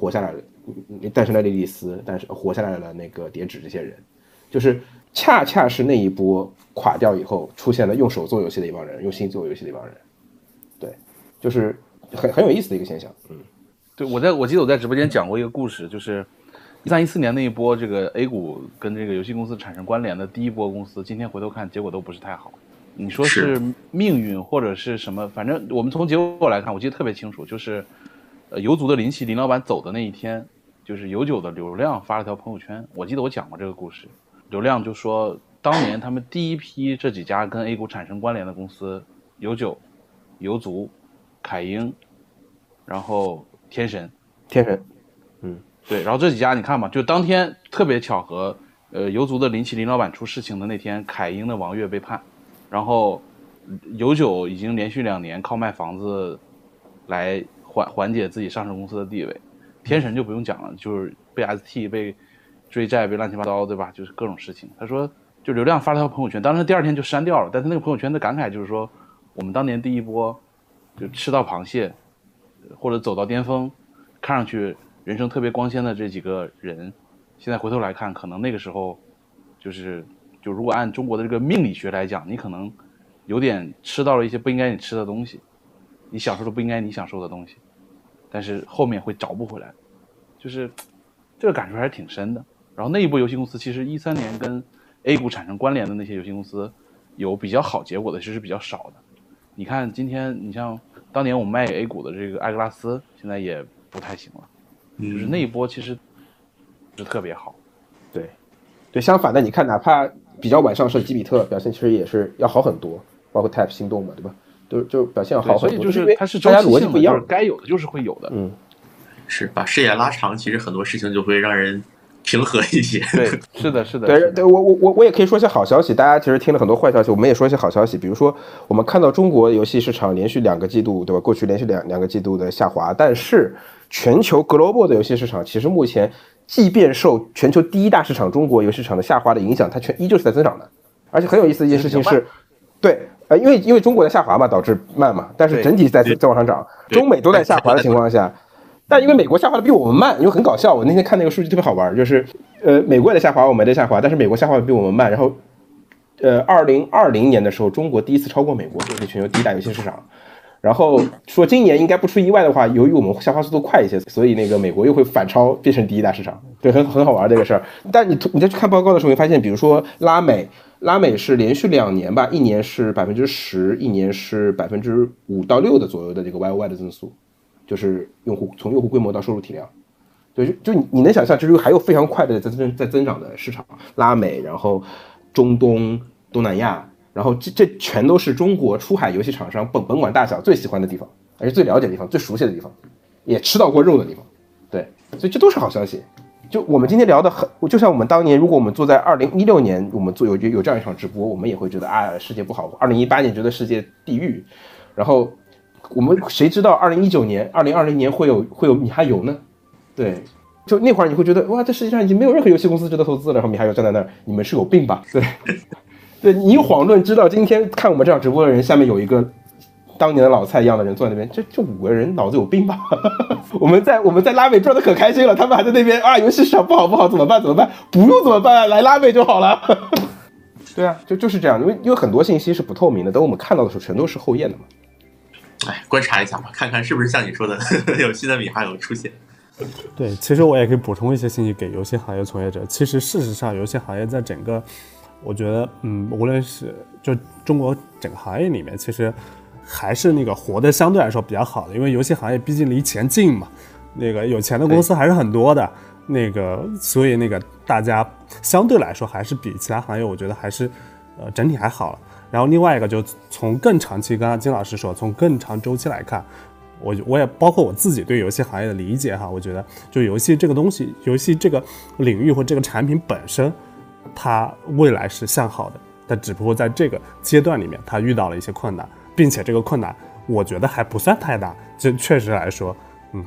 活下来了，诞生了莉莉丝，但是活下来了那个叠纸这些人，就是恰恰是那一波垮掉以后，出现了用手做游戏的一帮人，用心做游戏的一帮人，对，就是很很有意思的一个现象。嗯， 对，我在我记得我在直播间讲过一个故事，就是一三一四年那一波这个 A 股跟这个游戏公司产生关联的第一波公司，今天回头看结果都不是太好。你说是命运或者是什么，反正我们从结果来看，我记得特别清楚，就是呃游族的林奇林老板走的那一天，就是游九的流量发了条朋友圈，我记得我讲过这个故事，流量就说当年他们第一批这几家跟 A 股产生关联的公司，游九、游族、凯英，然后天神， 天神，嗯， 对，然后这几家你看嘛，就当天特别巧合，呃，游族的林奇林老板出事情的那天，凯英的王悦被判。然后游九已经连续两年靠卖房子来缓缓解自己上市公司的地位，天神就不用讲了，就是被 S T 被追债被乱七八糟，对吧？就是各种事情。他说就流量发了条朋友圈，当时第二天就删掉了，但是那个朋友圈的感慨就是说，我们当年第一波就吃到螃蟹或者走到巅峰，看上去人生特别光鲜的这几个人，现在回头来看，可能那个时候就是就如果按中国的这个命理学来讲，你可能有点吃到了一些不应该你吃的东西，你享受的不应该你享受的东西，但是后面会找不回来，就是这个感受还是挺深的。然后那一波游戏公司其实一三年跟 A 股产生关联的那些游戏公司有比较好结果的其实是比较少的。你看今天你像当年我们卖给 A 股的这个艾格拉斯现在也不太行了，就是那一波其实是特别好。 对对，相反的你看哪怕比较晚上市的基比特表现其实也是要好很多，包括 Type 心动嘛，对吧？就就表现要好很多， 所以就是它是周期性的，就是该有的就是会有的。 嗯， 是把视野拉长，其实很多事情就会让人平和一些。 对，是的，是的。 对对，我我我我也可以说一些好消息，大家其实听了很多坏消息，我们也说一些好消息，比如说我们看到中国游戏市场连续两个季度，对吧？过去连续两两个季度的下滑，但是全球 global 的游戏市场其实目前即便受全球第一大市场中国游戏市场的下滑的影响，它全依旧是在增长的。而且很有意思的一件事情是，对，呃，因为因为中国的下滑嘛，导致慢嘛，但是整体在在往上涨，中美都在下滑的情况下，但因为美国下滑的比我们慢，因为很搞笑，我那天看那个数据特别好玩，就是呃，美国也在下滑，我们也在下滑，但是美国下滑比我们慢，然后呃，二零二零年的时候，中国第一次超过美国作为全球第一大游戏市场。然后说今年应该不出意外的话，由于我们下滑速度快一些，所以那个美国又会反超变成第一大市场，对，很很好玩这个事儿。但你你再去看报告的时候，会发现，比如说拉美，拉美是连续两年吧，一年是百分之十，一年是百分之五到六的左右的这个 Y O Y 的增速，就是用户从用户规模到收入体量，对，就就你你能想象，就是还有非常快的在增在增长的市场，拉美，然后中东、东南亚。然后这这全都是中国出海游戏厂商甭甭管大小最喜欢的地方，而且最了解的地方，最熟悉的地方，也吃到过肉的地方，对，所以这都是好消息。就我们今天聊的很，就像我们当年，如果我们坐在二零一六年，我们做有有这样一场直播，我们也会觉得啊世界不好。二零一八年觉得世界地狱，然后我们谁知道二零一九年、二零二零年会有会有米哈游呢？对，就那会儿你会觉得哇，这世界上已经没有任何游戏公司值得投资了，然后米哈游站在那儿，你们是有病吧？对。对，你遑论知道今天看我们这场直播的人下面有一个当年的老蔡一样的人坐在那边，这这五个人脑子有病吧？我们在我们在拉美赚的可开心了，他们还在那边啊，游戏市场不好不好怎么办怎么办？不用怎么办，来拉美就好了。对啊，就就是这样，因为因为很多信息是不透明的，等我们看到的时候全都是后验的嘛。 哎，观察一下吧，看看是不是像你说的有新的米哈游出现。 对，其实我也可以补充一些信息给游戏行业从业者。其实事实上，游戏行业在整个我觉得，嗯，无论是就中国整个行业里面，其实还是那个活得相对来说比较好的，因为游戏行业毕竟离钱近嘛，那个有钱的公司还是很多的，那个所以那个大家相对来说还是比其他行业，我觉得还是呃整体还好了。然后另外一个就从更长期，刚刚金老师说，从更长周期来看，我我也包括我自己对游戏行业的理解哈，我觉得就游戏这个东西，游戏这个领域或这个产品本身，它未来是向好的，但只不过在这个阶段里面，它遇到了一些困难，并且这个困难，我觉得还不算太大。这确实来说，嗯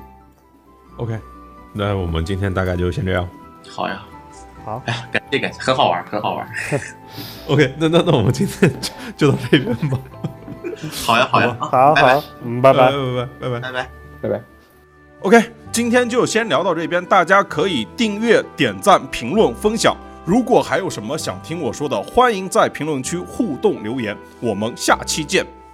，OK， 那我们今天大概就先这样。 好呀， 好， 哎呀，感谢感谢，很好玩，很好玩。 OK， 那那那我们今天就就到这边吧。 好呀，好呀， 好好，嗯，拜拜， 拜拜，拜拜， 拜拜， 拜拜。 OK。 今天就先聊到这边，大家可以订阅、点赞、评论、分享。如果还有什么想听我说的，欢迎在评论区互动留言。我们下期见。